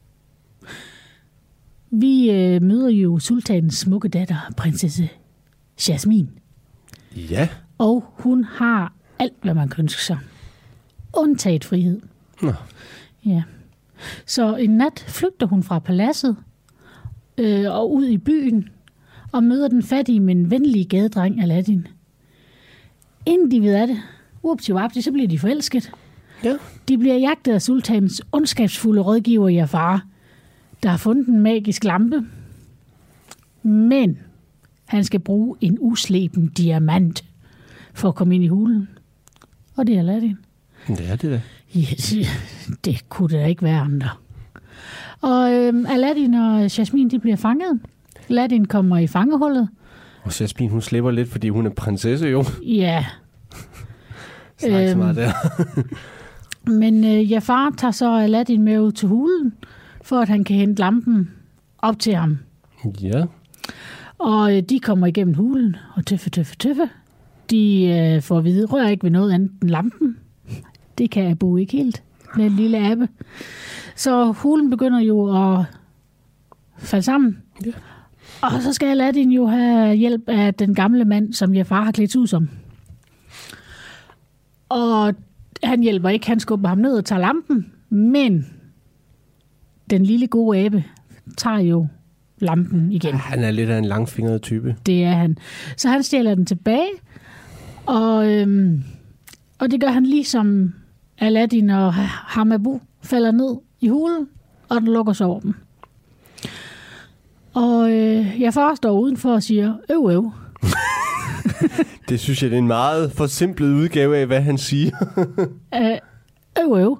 Vi øh, møder jo sultanens smukke datter, prinsesse Jasmine. Ja. Og hun har alt, hvad man kan ønske sig. Undtaget frihed. Nå. Ja. Så en nat flygter hun fra paladset øh, og ud i byen og møder den fattige, men venlige gadedreng Aladdin. Inden de ved af det, upti-wapti, så bliver de forelsket. Ja. De bliver jagtet af sultanens ondskabsfulde rådgiver Jafar, der har fundet en magisk lampe. Men han skal bruge en usleben diamant for at komme ind i hulen. Og det er Aladdin. Det er det da. Yes, det kunne da ikke være andre. Og øhm, Aladdin og Jasmine, de bliver fanget. Aladdin kommer i fangehullet. Og Jasmine, hun slipper lidt, fordi hun er prinsesse jo. Ja. Så øhm, ikke så meget der. Men øh, Jafar tager så Aladdin med ud til hulen, for at han kan hente lampen op til ham. Ja. Og øh, de kommer igennem hulen, og tøffe, tøffe, tøffe. De øh, får at vide, rør ikke ved noget andet end lampen. Det kan Abu ikke helt. Den lille abe. Så hulen begynder jo at falde sammen. Ja. Og så skal Aladdin jo have hjælp af den gamle mand, som Jafar har klædt ud som. Og han hjælper ikke. Han skubber ham ned og tager lampen. Men den lille gode abe tager jo lampen igen. Han er lidt af en langfingret type. Det er han. Så han stjæler den tilbage. Og, øhm, og det gør han ligesom Aladdin og Hamabu falder ned i hulen, og den lukker sig over dem. Og øh, jeg forstår udenfor og siger, øv, øv. Det synes jeg, det er en meget forsimplet udgave af, hvad han siger. øh, øv, øv.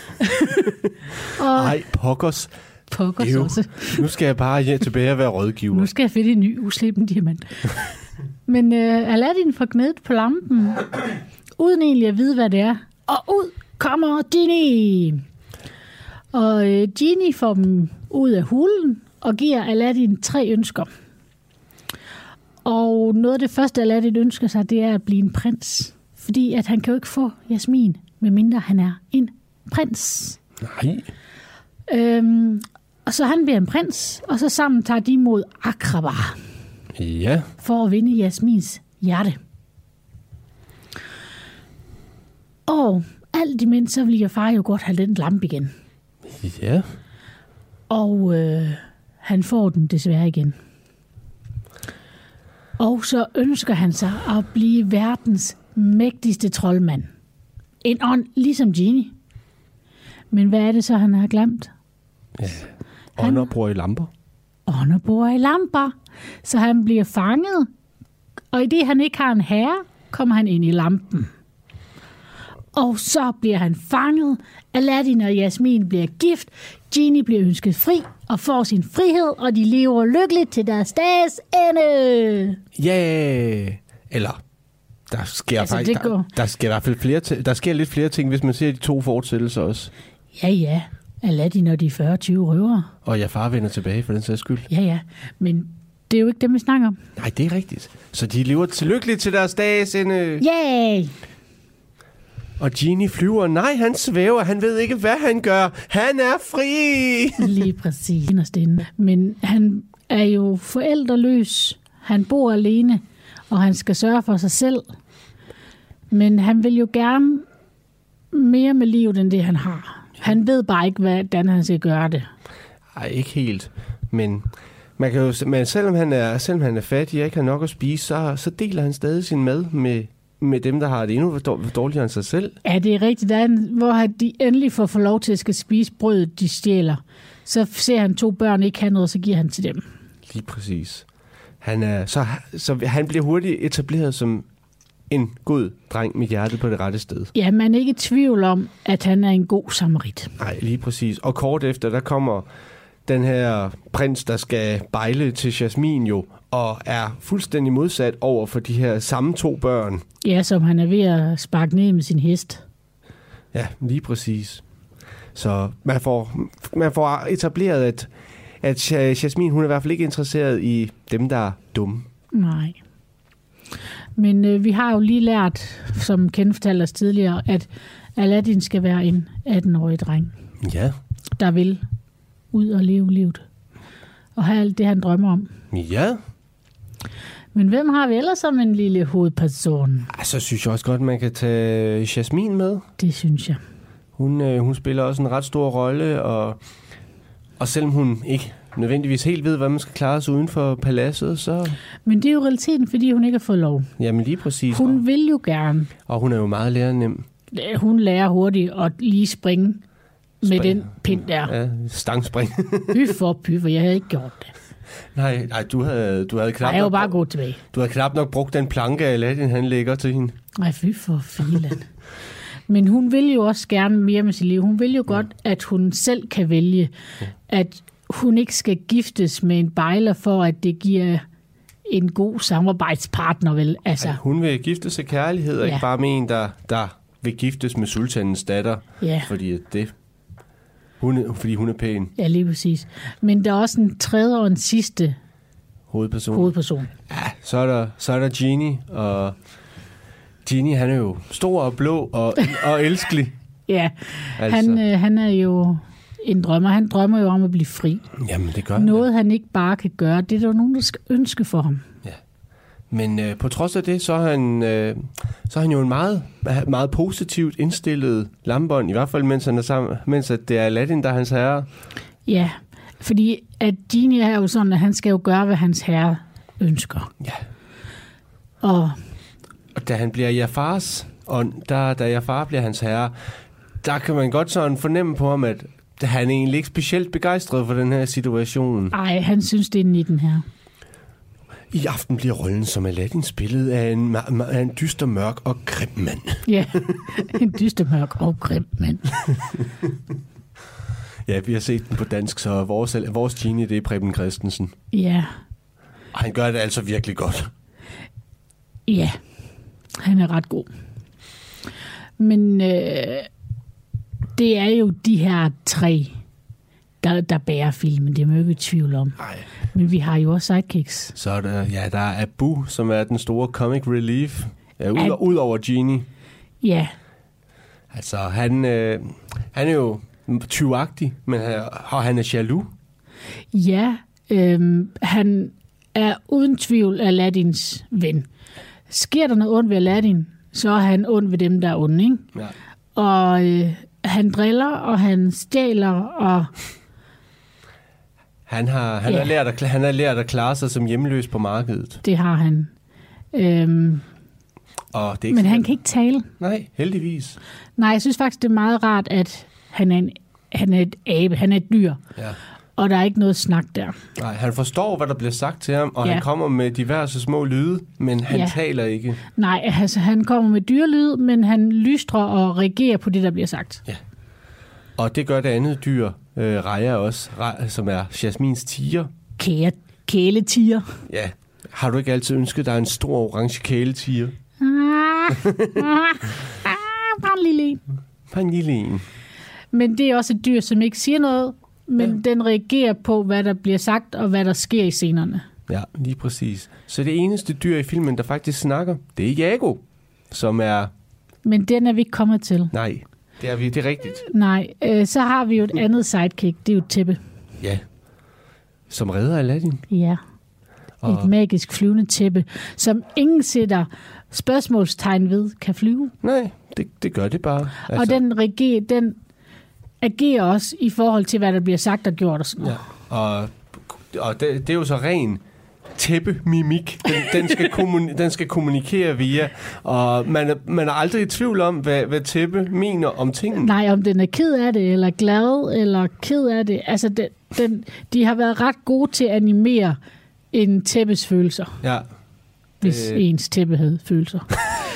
Ej, pokkers. Pokkers også. Nu skal jeg bare hjem tilbage og være rådgiver. Nu skal jeg finde en ny usleben diamant. Men øh, Aladdin får gnædet på lampen, uden egentlig at vide, hvad det er. Og ud kommer Genie. Og øh, Genie får dem ud af hulen og giver Aladdin tre ønsker. Og noget af det første, Aladdin ønsker sig, det er at blive en prins. Fordi at han kan jo ikke få Jasmin, medmindre han er en prins. Nej. Øhm, og så han bliver en prins, og så sammen tager de mod Akraba. Ja. For at vinde Jasmins hjerte. Og alt imens, så vil Jafar jo godt have den lampe igen. Ja. Og øh, han får den desværre igen. Og så ønsker han sig at blive verdens mægtigste troldmand. En ånd, ligesom Genie. Men hvad er det så, han har glemt? Ja. Ånder bor i lamper. Ånder bor i lamper. Så han bliver fanget. Og i det, han ikke har en herre, kommer han ind i lampen. Og så bliver han fanget. Aladdin og Jasmin bliver gift. Genie bliver ønsket fri og får sin frihed, og de lever lykkeligt til deres dages ende. Ja, yeah. Eller der sker Altså, faktisk, det går- der, der sker i hvert fald flere t- der sker lidt flere ting, hvis man ser de to fortsættelser også. Ja, ja. Aladdin og de fyrre tyve røvere. Og jeg far vender tilbage for den sags skyld. Ja, ja. Men det er jo ikke dem, vi snakker om. Nej, det er rigtigt. Så de lever til lykkeligt til deres dages ende. Yay! Og Genie flyver. Nej, han svæver. Han ved ikke, hvad han gør. Han er fri! Lige præcis. Inderst inde. Men han er jo forældreløs. Han bor alene, og han skal sørge for sig selv. Men han vil jo gerne mere med livet, end det han har. Han ved bare ikke, hvordan han skal gøre det. Nej, ikke helt. Men, man kan jo, men selvom, han er, selvom han er fattig og ikke har nok at spise, så, så deler han stadig sin mad med, med dem, der har det endnu dårligere end sig selv. Ja, det er rigtigt. Der er en, hvor de endelig får, får lov til at skal spise brødet, de stjæler. Så ser han to børn ikke have noget, så giver han til dem. Lige præcis. Han er, så, så han bliver hurtigt etableret som en god dreng med hjertet på det rette sted. Ja, man er ikke i tvivl om, at han er en god samarit. Nej, lige præcis. Og kort efter, der kommer den her prins, der skal bejle til Jasmin jo, og er fuldstændig modsat over for de her samme to børn. Ja, som han er ved at sparke ned med sin hest. Ja, lige præcis. Så man får, man får etableret, at, at Jasmin, hun er i hvert fald ikke interesseret i dem, der er dumme. Nej. Men øh, vi har jo lige lært, som Ken fortalte os tidligere, at Aladdin skal være en atten-årig dreng, Ja. der vil ud og leve livet. Og have alt det, han drømmer om. Ja. Men hvem har vi ellers som en lille hovedperson? Så synes jeg også godt, man kan tage Jasmin med. Det synes jeg. Hun, øh, hun spiller også en ret stor rolle, og, og selvom hun ikke nødvendigvis helt ved, hvad man skal klare sig uden for paladset, så... Men det er jo realiteten, fordi hun ikke har fået lov. Jamen lige præcis. Hun vil jo gerne. Og hun er jo meget lærernem. hun lærer hurtigt at lige springe med Spring. den pind der. Ja, stangspring. Py for py, for jeg havde ikke gjort det. nej, nej, du havde, du havde knap Nej, jeg var nok, bare gået tilbage. du havde knap nok brugt den planke, Aladdin han lægger til hende. Nej, fy for filen. Men hun vil jo også gerne mere med sit liv. Hun vil jo godt, at hun selv kan vælge, at hun ikke skal giftes med en bejler, for at det giver en god samarbejdspartner, vel? Altså, Ej, hun vil gifte sig kærlighed, og Ja. ikke bare med en, der, der vil giftes med sultanens datter, ja, fordi at det, hun, er- fordi hun er pæn ja, lige præcis. Men der er også en tredje og en sidste hovedperson. hovedperson. Ja, så er der, så er der Genie, og Genie, han er jo stor og blå og, og elskelig. Ja, Altså, han, øh, han er jo en drømmer. Han drømmer jo om at blive fri. jamen, det gør han. Noget, han ikke bare kan gøre. Det er der nogen, der skal ønske for ham. Men øh, på trods af det, så er han, øh, så er han jo en meget, meget positivt indstillet lammebånd, i hvert fald mens, han er sammen, mens at det er Aladdin, der er hans herre. Ja, fordi at Genie er jo sådan, at han skal jo gøre, hvad hans herre ønsker. Ja. Og Og da han bliver Jafars, og der, da Jafar bliver hans herre, der kan man godt sådan fornemme på ham, at han er egentlig ikke specielt begejstret for den her situation. ej, han synes, det er nitten her. I aften bliver rollen som Aladdin spillet af en, ma- ma- af en dyster, mørk og grim mand. Ja, en dystermørk og grim mand. Ja, vi har set den på dansk, så vores, vores Genie, det er Preben Christensen. Ja, Og han gør det altså virkelig godt. ja, han er ret god. Men øh, det er jo de her tre, der, der bærer filmen. Det er man jo ikke i tvivl om. Nej. Men vi har jo også sidekicks. Så er der, ja, der er Abu, som er den store comic relief. Ja, ud, Ab- ud over Genie. Ja, Altså, han, øh, han er jo tyvagtig, men han, og han er jaloux. ja, øhm, han er uden tvivl Aladdins ven. Sker der noget ondt ved Aladdin, så er han ond ved dem, der er onde, ikke? Ja. Og øh, han driller, og han stjæler, og Han har, han, Ja. har lært at, han har lært at klare sig som hjemløs på markedet. det har han. Øhm, Og det er ikke men han sådan- kan ikke tale. Nej, heldigvis. Nej, jeg synes faktisk, det er meget rart, at han er, en, han er et abe, han er et dyr, Ja. og der er ikke noget snak der. Nej, han forstår, hvad der bliver sagt til ham, og Ja. han kommer med diverse små lyde, men han Ja. taler ikke. Nej, altså han kommer med dyrlyd, men han lystrer og reagerer på det, der bliver sagt. Og det gør det andet dyr, øh, Raja også, Ra- som er Jasmins tiger. Kære, kæletiger. Ja. Har du ikke altid ønsket dig en stor orange kæletiger? Ah, ah, ah, bare en lille en. Bare en lille en. Men det er også et dyr, som ikke siger noget, men ja. den reagerer på, hvad der bliver sagt, og hvad der sker i scenerne. Ja, lige præcis. Så det eneste dyr i filmen, der faktisk snakker, det er Jago, som er... Men den er vi ikke kommet til. Nej, det er, vi, det er rigtigt. Nej, øh, så har vi jo et andet sidekick, det er jo Tæppe. Ja. Som redder Aladdin. Ja, Og et magisk flyvende tæppe, som ingen sætter spørgsmålstegn ved kan flyve. nej, det, det gør det bare. Altså. Og den, reagerer, den agerer også i forhold til, hvad der bliver sagt og gjort og sådan noget. Ja. Og, og det, det er jo så ren tæppe-mimik. Den, den, skal kommuni- den skal kommunikere via. Og man er, man er aldrig i tvivl om, hvad, hvad tæppe mener om tingene. Nej, om den er ked af det, eller glad, eller ked af det. Altså, den, den, de har været ret gode til at animere en tæppes følelser, Ja. hvis Øh. ens tæppe havde følelser.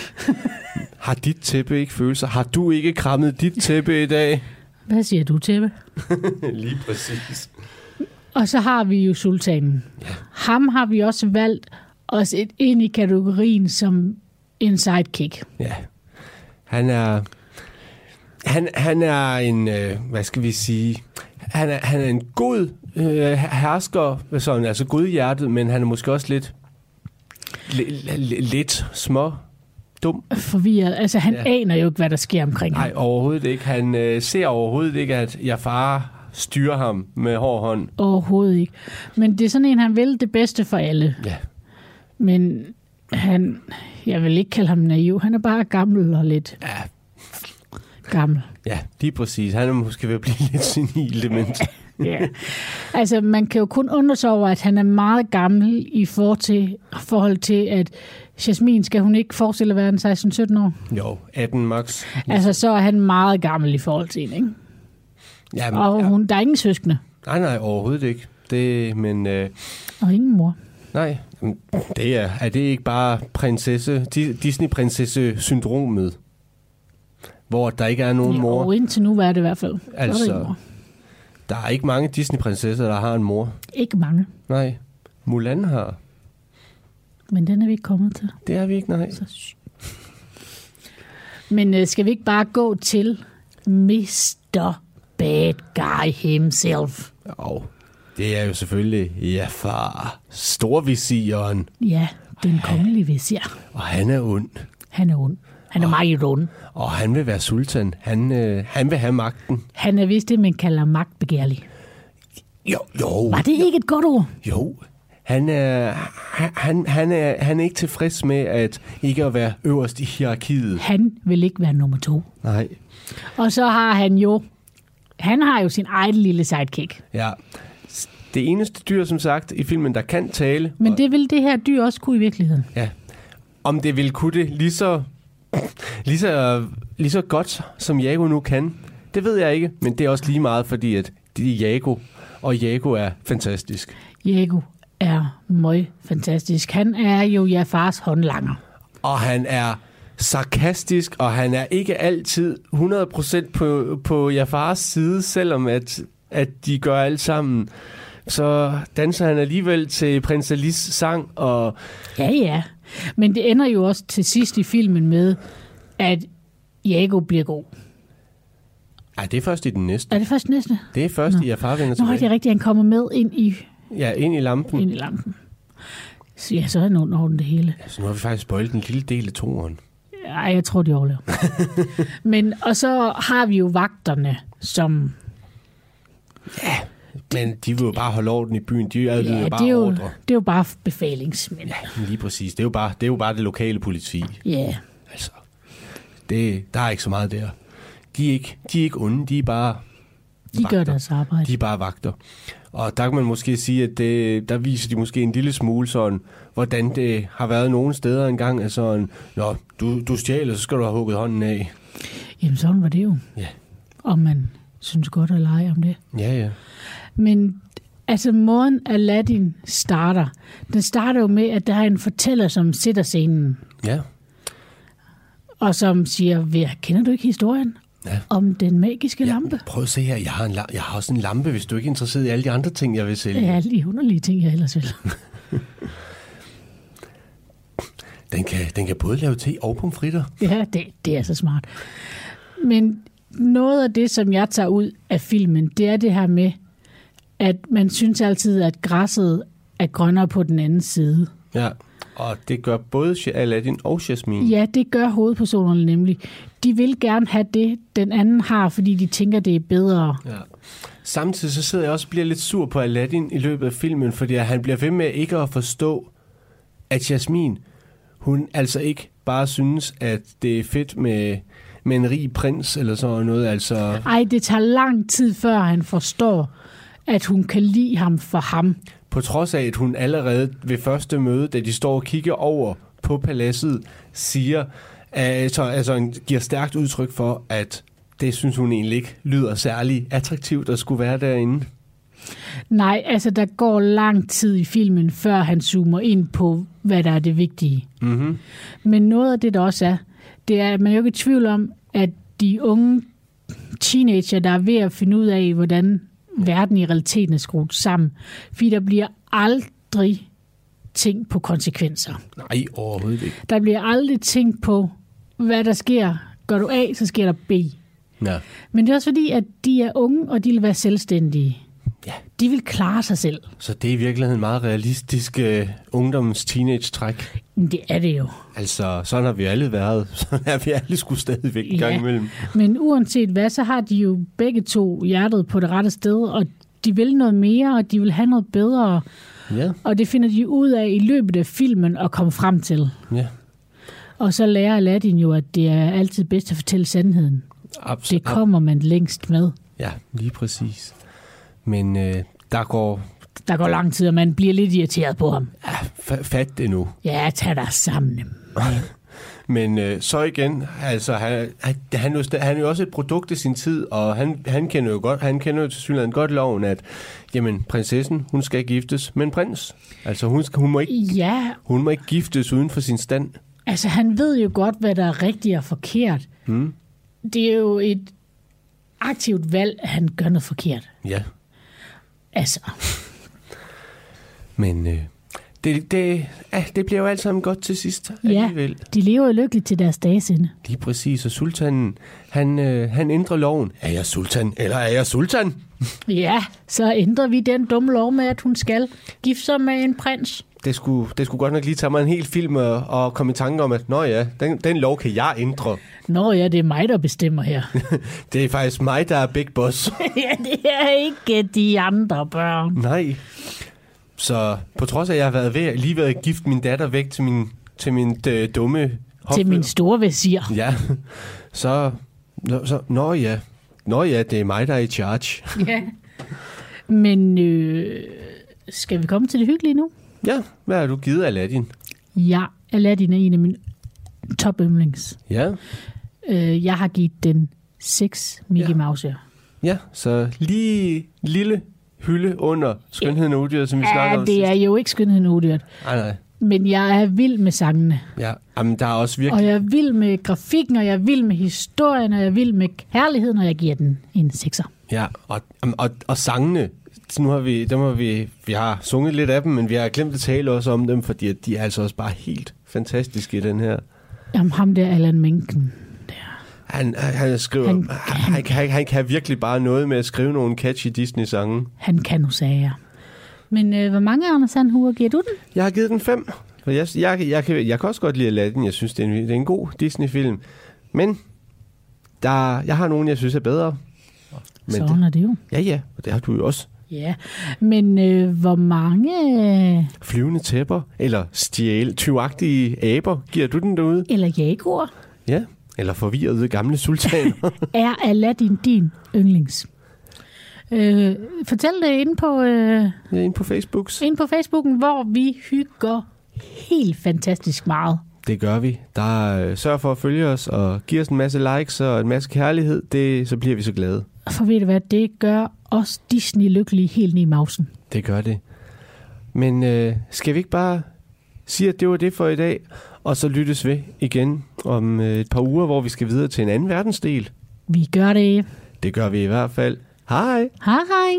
Har dit tæppe ikke følelser? Har du ikke krammet dit tæppe i dag? Hvad siger du, tæppe? Lige præcis. Og så har vi jo sultanen. Ja. Ham har vi også valgt at sætte ind i kategorien som en sidekick. Ja. Han er... Han, han er en... Øh, hvad skal vi sige... Han er, han er en god øh, hersker, sådan, altså godhjertet, men han er måske også lidt... Lidt, lidt små dum. Forvirret. Altså, han Ja. ja. aner jo ikke, hvad der sker omkring Nej, ham. overhovedet ikke. Han øh, ser overhovedet ikke, at Jafar styrer ham med hård hånd. Overhovedet ikke. Men det er sådan en, han vil det bedste for alle. Ja. Men han... Jeg vil ikke kalde ham naiv. Han er bare gammel og lidt Ja, gammel. ja, lige præcis. Han er måske ved at blive lidt senil, dement. Ja. Altså, man kan jo kun undre sig over, at han er meget gammel i forhold til, forhold til at Jasmin, skal hun ikke forestille at være en seksten sytten år? Jo, atten max. Altså, så er han meget gammel i forhold til hende, ikke? Jamen, og hun, der er ingen søskende. Nej, nej, overhovedet ikke. Det, men... Øh, og ingen mor. Nej, det er, er det ikke bare prinsesse, Disney-prinsesse-syndromet? Hvor der ikke er nogen jo, mor? Jo, indtil nu var det i hvert fald. Altså, der er ikke mange Disney-prinsesser, der har en mor. Ikke mange. Nej, Mulan har. Men den er vi ikke kommet til. Det er vi ikke, nej. Så... Men øh, skal vi ikke bare gå til mister Bad Guy himself? Jo, det er jo selvfølgelig Jafar, storvisiren. Ja, den kongelige visir. Og han er ond. Han er ond. Han er og, meget ond. Og han vil være sultan. Han, øh, han vil have magten. Han er vist det, man kalder magtbegærlig. Jo, jo. Var det ikke jo. et godt ord? Jo. Han er, han, han, er, han er ikke tilfreds med at ikke at være øverst i hierarkiet. Han vil ikke være nummer to. Nej. Og så har han jo, han har jo sin egen lille sidekick. Ja. Det eneste dyr, som sagt, i filmen, der kan tale. Men og, det vil det her dyr også kunne i virkeligheden. Ja. Om det vil kunne det lige så, lige så, lige så godt, som Jago nu kan, det ved jeg ikke. Men det er også lige meget, fordi at det er Jago, og Jago er fantastisk. Jago er meget fantastisk. Han er jo Jafars håndlanger. Og han er sarkastisk, og han er ikke altid hundrede procent på, på Jafars side, selvom at, at de gør alt sammen. Så danser han alligevel til Prins Alis sang. Og ja, ja. Men det ender jo også til sidst i filmen med, at Jago bliver god. Ej, det er først i den næste. Er det først næste? Det er først Nå. i Jafar vender tilbage. Nå, det er rigtigt, han kommer med ind i... Ja, ind i lampen. Ind i lampen. Så ja, så er han under orden det hele. Ja, så nu har vi faktisk spoilet en lille del af toeren. Ja, jeg tror, de overlever. Men, og så har vi jo vagterne, som... Ja, men de vil jo bare holde orden i byen. De er ja, bare det er jo, ordre. det er jo bare befalingsmænd. Ja, lige præcis. Det er jo bare det, er jo bare det lokale politi. Ja. Altså, det, der er ikke så meget der. De er ikke, de er ikke onde, de er bare De vagter. Gør deres arbejde. De er bare vagter. Og der kan man måske sige, at det, der viser de måske en lille smule sådan, hvordan det har været nogle steder engang, at sådan, nå, du, du stjæler, så skal du have hugget hånden af. Jamen sådan var det jo. Ja. Og man synes godt at lege om det. Ja, ja. Men altså måden Aladdin starter, den starter jo med, at der er en fortæller, som sætter scenen. Ja. Og som siger, kender du ikke historien? Ja. Om den magiske ja, lampe. Prøv at se her, jeg har, en la- jeg har også en lampe, hvis du ikke er interesseret i alle de andre ting, jeg vil sælge. Ja, alle de underlige ting, jeg ellers vil. den, kan, den kan både lave te og pomfritter. Ja, det, det er så smart. Men noget af det, som jeg tager ud af filmen, det er det her med, at man synes altid, at græsset er grønnere på den anden side. Ja, og det gør både Aladdin og Jasmin. Ja, det gør hovedpersonerne nemlig. De vil gerne have det, den anden har, fordi de tænker, det er bedre. Ja. Samtidig så sidder jeg også og bliver lidt sur på Aladdin i løbet af filmen, fordi han bliver ved med ikke at forstå, at Jasmin, hun altså ikke bare synes, at det er fedt med, med en rig prins eller sådan noget. Altså... Ej, det tager lang tid, før han forstår, at hun kan lide ham for ham. På trods af, at hun allerede ved første møde, da de står og kigger over på paladset, siger, altså, altså giver stærkt udtryk for, at det synes hun egentlig ikke lyder særlig attraktivt at skulle være derinde. Nej, altså der går lang tid i filmen, før han zoomer ind på, hvad der er det vigtige. Mm-hmm. Men noget af det, der også er, det er, at man er jo ikke i tvivl om, at de unge teenager, der er ved at finde ud af, hvordan verden i realiteten er skruet sammen. Fordi der bliver aldrig tænkt på konsekvenser. Nej, overhovedet ikke. Der bliver aldrig tænkt på, hvad der sker. Gør du A, så sker der B. Ja. Men det er også fordi, at de er unge, og de vil være selvstændige. Ja. De vil klare sig selv. Så det er i virkeligheden meget realistisk uh, ungdommens teenage-træk. Det er det jo. Altså, sådan har vi alle været. Sådan er vi alle sgu stadigvæk i ja. gang imellem. Men uanset hvad, så har de jo begge to hjertet på det rette sted, og de vil noget mere, og de vil have noget bedre. Ja. Og det finder de ud af i løbet af filmen at komme frem til. Ja. Og så lærer Aladdin jo, at det er altid bedst at fortælle sandheden. Abs- det kommer man længst med. Ja, lige præcis. Men øh, der går der går lang tid, og man bliver lidt irriteret på ham. Ja, f- fat det nu. Ja, tag dig sammen. Men øh, så igen, altså, han, han, han, er jo, han er jo også et produkt af sin tid, og han, han kender jo godt, han kender jo til synligheden godt loven, at jamen, prinsessen, hun skal giftes med en prins. Altså, hun, skal, hun, må ikke, Ja, hun må ikke giftes uden for sin stand. altså han ved jo godt, hvad der er rigtigt og forkert. Hmm? Det er jo et aktivt valg, at han gør noget forkert. Ja, Altså, men øh, det, det, ja, det bliver jo alt sammen godt til sidst ja, alligevel. de lever jo lykkeligt til deres dages ende. Lige præcis, og sultanen, han, øh, han ændrer loven. Er jeg sultan, eller er jeg sultan? Ja, så ændrer vi den dumme lov med, at hun skal gifte sig med en prins. Det skulle, det skulle godt nok lige tage mig en hel film og, og komme i tanke om, at nå ja, den, den lov kan jeg ændre. Nå ja, det er mig, der bestemmer her. Det er faktisk mig, der er big boss. Ja, det er ikke de andre børn. Nej. Så på trods af, at jeg har været ved, lige ved at gifte min datter væk til min, til min øh, dumme hof. Til min store visir. Ja, så, så... Nå ja. Nå ja, det er mig, der er i charge. Ja. Men øh, skal vi komme til det hyggelige nu? Ja, hvad har du givet Aladdin? Ja, Aladdin er en af mine top yndlings. Ja. Øh, jeg har givet den seks Mickey Ja. Mouse. Ja, så lige lille hylde under Skønheden og Udyret, som vi snakker Ja, om det er jo ikke Skønheden og Udyret. Nej, nej. Men jeg er vild med sangene. Ja, jamen, der er også virkelig... Og jeg er vild med grafikken, og jeg er vild med historien, og jeg er vild med kærligheden, og jeg giver den en sekser. Ja, og, og, og sangene, nu har vi, dem har vi, vi har sunget lidt af dem, men vi har glemt at tale også om dem, fordi de er altså også bare helt fantastiske i den her. Jamen ham der, Alan Menken. Han, han skriver, Han- han, han, han, kan, han kan virkelig bare noget med at skrive nogle catchy Disney-sange. Han kan nu sager. Men øh, hvor mange Anders Sandhuer giver du den? Jeg har givet den fem. For jeg, jeg, jeg, kan, jeg kan også godt lide Aladdin. Jeg synes, det er en, det er en god Disney-film. Men der, jeg har nogen, jeg synes er bedre. Men Sådan er det jo. Ja, ja, og det har du jo også. Ja, men øh, hvor mange øh, Flyvende tæpper, eller stjæle, tyvagtige aber, giver du den derude? eller jaguar Ja, eller forvirrede gamle sultaner. er Aladdin din yndlings? Øh, fortæl det inde på, øh, Ja, inde på Facebooks. inde på Facebooken, hvor vi hygger helt fantastisk meget. Det gør vi. Der øh, sørg for at følge os og give os en masse likes og en masse kærlighed. Det, så bliver vi så glade. For ved du hvad, det gør os Disney lykkelige helt ned i mausen. Det gør det. Men øh, skal vi ikke bare sige, at det var det for i dag, og så lyttes vi igen om øh, et par uger, hvor vi skal videre til en anden verdensdel. Vi gør det. Det gør vi i hvert fald. Hej! Hej hej.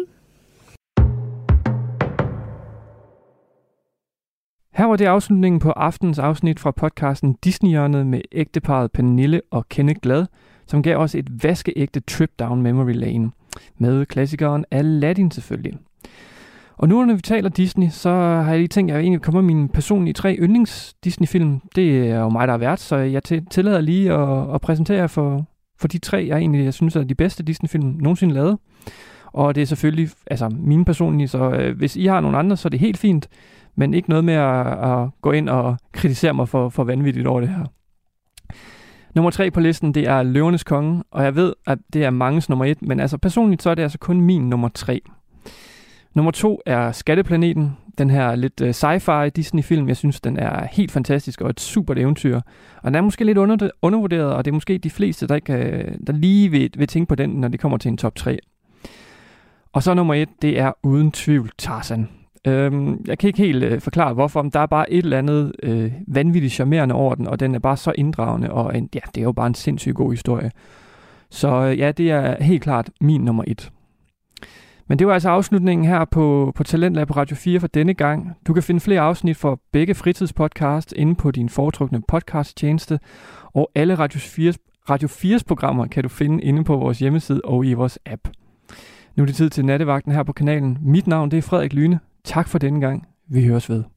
Her var det afslutningen på aftens afsnit fra podcasten Disney-hjørnet med ægteparret Pernille og Kenneth Glad, som gav os et vaskeægte trip down memory lane med klassikeren Aladdin selvfølgelig. Og nu når vi taler Disney, så har jeg lige tænkt, at jeg egentlig kommer med mine personlige tre yndlings Disney-film. Det er jo mig, der er vært, så jeg tillader lige at, at præsentere jer for, for de tre, jeg egentlig jeg synes er de bedste Disney-film nogensinde lavet. Og det er selvfølgelig altså mine personlige, så øh, hvis I har nogle andre, så er det helt fint. Men ikke noget med at, at gå ind og kritisere mig for, for vanvittigt over det her. Nummer tre på listen, det er Løvernes Konge, og jeg ved, at det er manges nummer et, men altså personligt så er det altså kun min nummer tre. Nummer to er Skatteplaneten, den her lidt uh, sci-fi Disney-film. Jeg synes, den er helt fantastisk og et super eventyr. Og den er måske lidt under, undervurderet, og det er måske de fleste, der, ikke, uh, der lige vil, vil tænke på den, når det kommer til en top tre. Og så nummer et, det er uden tvivl Tarzan. Øhm, jeg kan ikke helt øh, forklare hvorfor, men der er bare et eller andet øh, vanvittigt charmerende over den, og den er bare så inddragende, og en, ja, det er jo bare en sindssygt god historie. Så øh, ja, det er helt klart min nummer et. Men det var altså afslutningen her på, på Talentlab på Radio fire for denne gang. Du kan finde flere afsnit for begge fritidspodcasts inde på din foretrukne podcasttjeneste, og alle Radio fires, Radio fires programmer kan du finde inde på vores hjemmeside og i vores app. Nu er det tid til nattevagten her på kanalen. Mit navn det er Frederik Lyne. Tak for denne gang. Vi høres ved.